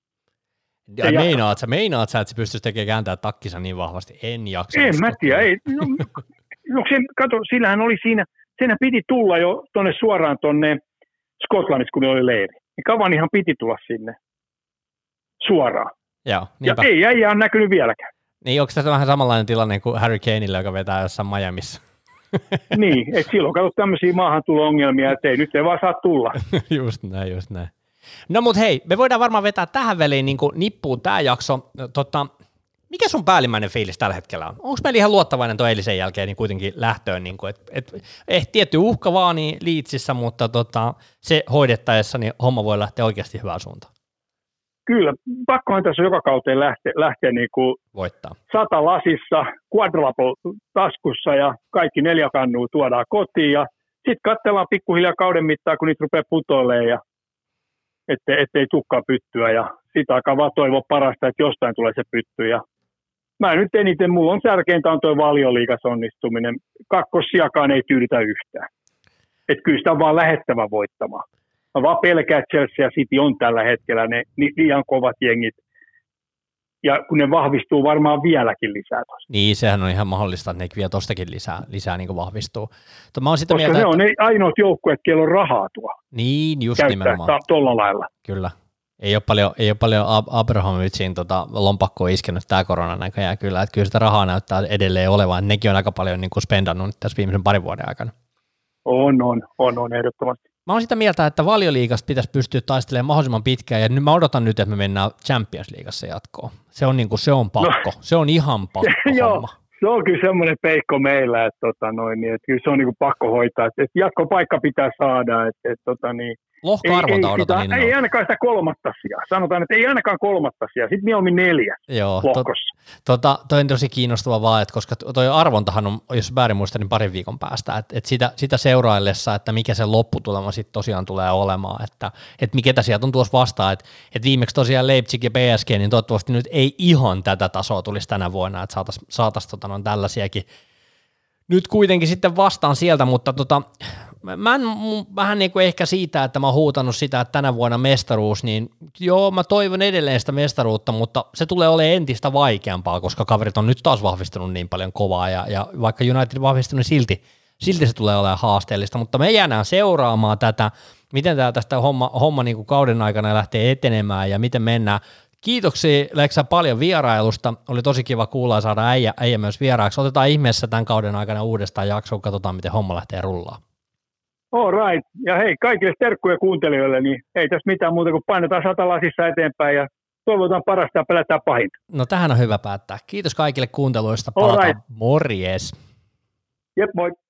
Meinaat sä, että se pystyisi tekemään kääntää takkinsa niin vahvasti? En jaksa. En mä tiedä. Ei. No, kato, sillähän oli senhän piti tulla jo suoraan tuonne Skotlannissa, kun oli leiri. Niin Cavanihan piti tulla sinne suoraan. Joo, ja ei ole näkynyt vieläkään. Niin, onko tässä vähän samanlainen tilanne kuin Harry Kaneillä, joka vetää jossain Miamiissa? Niin, että silloin katsot tämmöisiä maahantulo-ongelmia, että nyt ei vaan saa tulla. just näin. No mut hei, me voidaan varmaan vetää tähän väliin niin nippuun tämä jakso. Mikä sun päällimmäinen fiilis tällä hetkellä on? Onko meillä ihan luottavainen tuon eilisen jälkeen niin kuitenkin lähtöön? Niin tietty uhka vaan niin Leedsissä, mutta se hoidettaessa niin homma voi lähteä oikeasti hyvään suuntaan. Kyllä, pakkohan tässä joka kauteen lähteä niin kuin voittaa. 100 lasissa, quadruple taskussa ja kaikki 4 kannua tuodaan kotiin ja sitten katsellaan pikkuhiljaa kauden mittaan, kun niitä rupeaa putoilemaan ja ettei tukkaa pyttyä ja sitä alkaa vaan toivoa parasta, että jostain tulee se pytty. Ja mä nyt eniten, mulla on tärkeintä on toi Valioliigassa onnistuminen. Kakkossiakaan ei tyydytä yhtään. Että kyllä sitä on vaan lähettävä voittamaan. Mä vaan pelkään, että Chelsea ja City on tällä hetkellä ne liian kovat jengit. Ja kun ne vahvistuu varmaan vieläkin lisää tuossa. Niin, sehän on ihan mahdollista, että ne vielä tuostakin lisää niin kuin vahvistuu. Mä oon sitä koska mieltä, ne on ainoat joukkueet, joilla on rahaa tuo. Niin, just käyttää nimenomaan. Tuolla lailla. Kyllä. Ei ole paljon Abrahamovitsiin lompakkoa iskenyt tämä korona näköjään kyllä. Että kyllä sitä rahaa näyttää edelleen olevan. Nekin on aika paljon niin kuin spendannut tässä viimeisen parin vuoden aikana. On ehdottomasti. Mä oon sitä mieltä, että Valioliigasta pitäisi pystyä taistelemaan mahdollisimman pitkään, ja nyt mä odotan nyt, että me mennään Champions Leagueassa jatkoon. Se on pakko. Se on ihan pakko homma. Se on kyllä semmoinen peikko meillä, että kyllä se on niin pakko hoitaa. Että jatkopaikka pitää saada. Lohkoarvonta odotan innolla. Ei ainakaan sitä 3. sijaa. Sanotaan, että ei ainakaan 3. sijaa. Sitten mieluummin 4. lohkossa. Toi on tosi kiinnostava vaan, että koska toi arvontahan on, jos väärin muistan, niin parin viikon päästä. Että sitä seuraillessa, että mikä se lopputulema sitten tosiaan tulee olemaan. Että ketä sieltä on tuossa vastaan. Että viimeksi tosiaan Leipzig ja PSG, niin toivottavasti nyt ei ihan tätä tasoa tulisi tänä vuonna, että saataisiin tällaisiakin nyt kuitenkin sitten vastaan sieltä, mutta Mä en vähän niin kuin ehkä siitä, että mä oon huutanut sitä, että tänä vuonna mestaruus, niin joo, mä toivon edelleen sitä mestaruutta, mutta se tulee olemaan entistä vaikeampaa, koska kaverit on nyt taas vahvistunut niin paljon kovaa, ja vaikka United vahvistunut, niin silti se tulee olemaan haasteellista, mutta me jäädään seuraamaan tätä, miten tästä homma niin kuin kauden aikana lähtee etenemään ja miten mennään. Kiitoksia Leksä paljon vierailusta, oli tosi kiva kuulla ja saada äijä myös vieraaksi. Otetaan ihmeessä tämän kauden aikana uudestaan jaksoon, katsotaan miten homma lähtee rullaan. All right, ja hei kaikille terkkuja kuuntelijoille, niin ei tässä mitään muuta kuin painetaan satalasissa eteenpäin ja toivotaan parasta ja pelätään pahinta. No tähän on hyvä päättää. Kiitos kaikille kuunteluista, palataan, morjes. Jep, moi.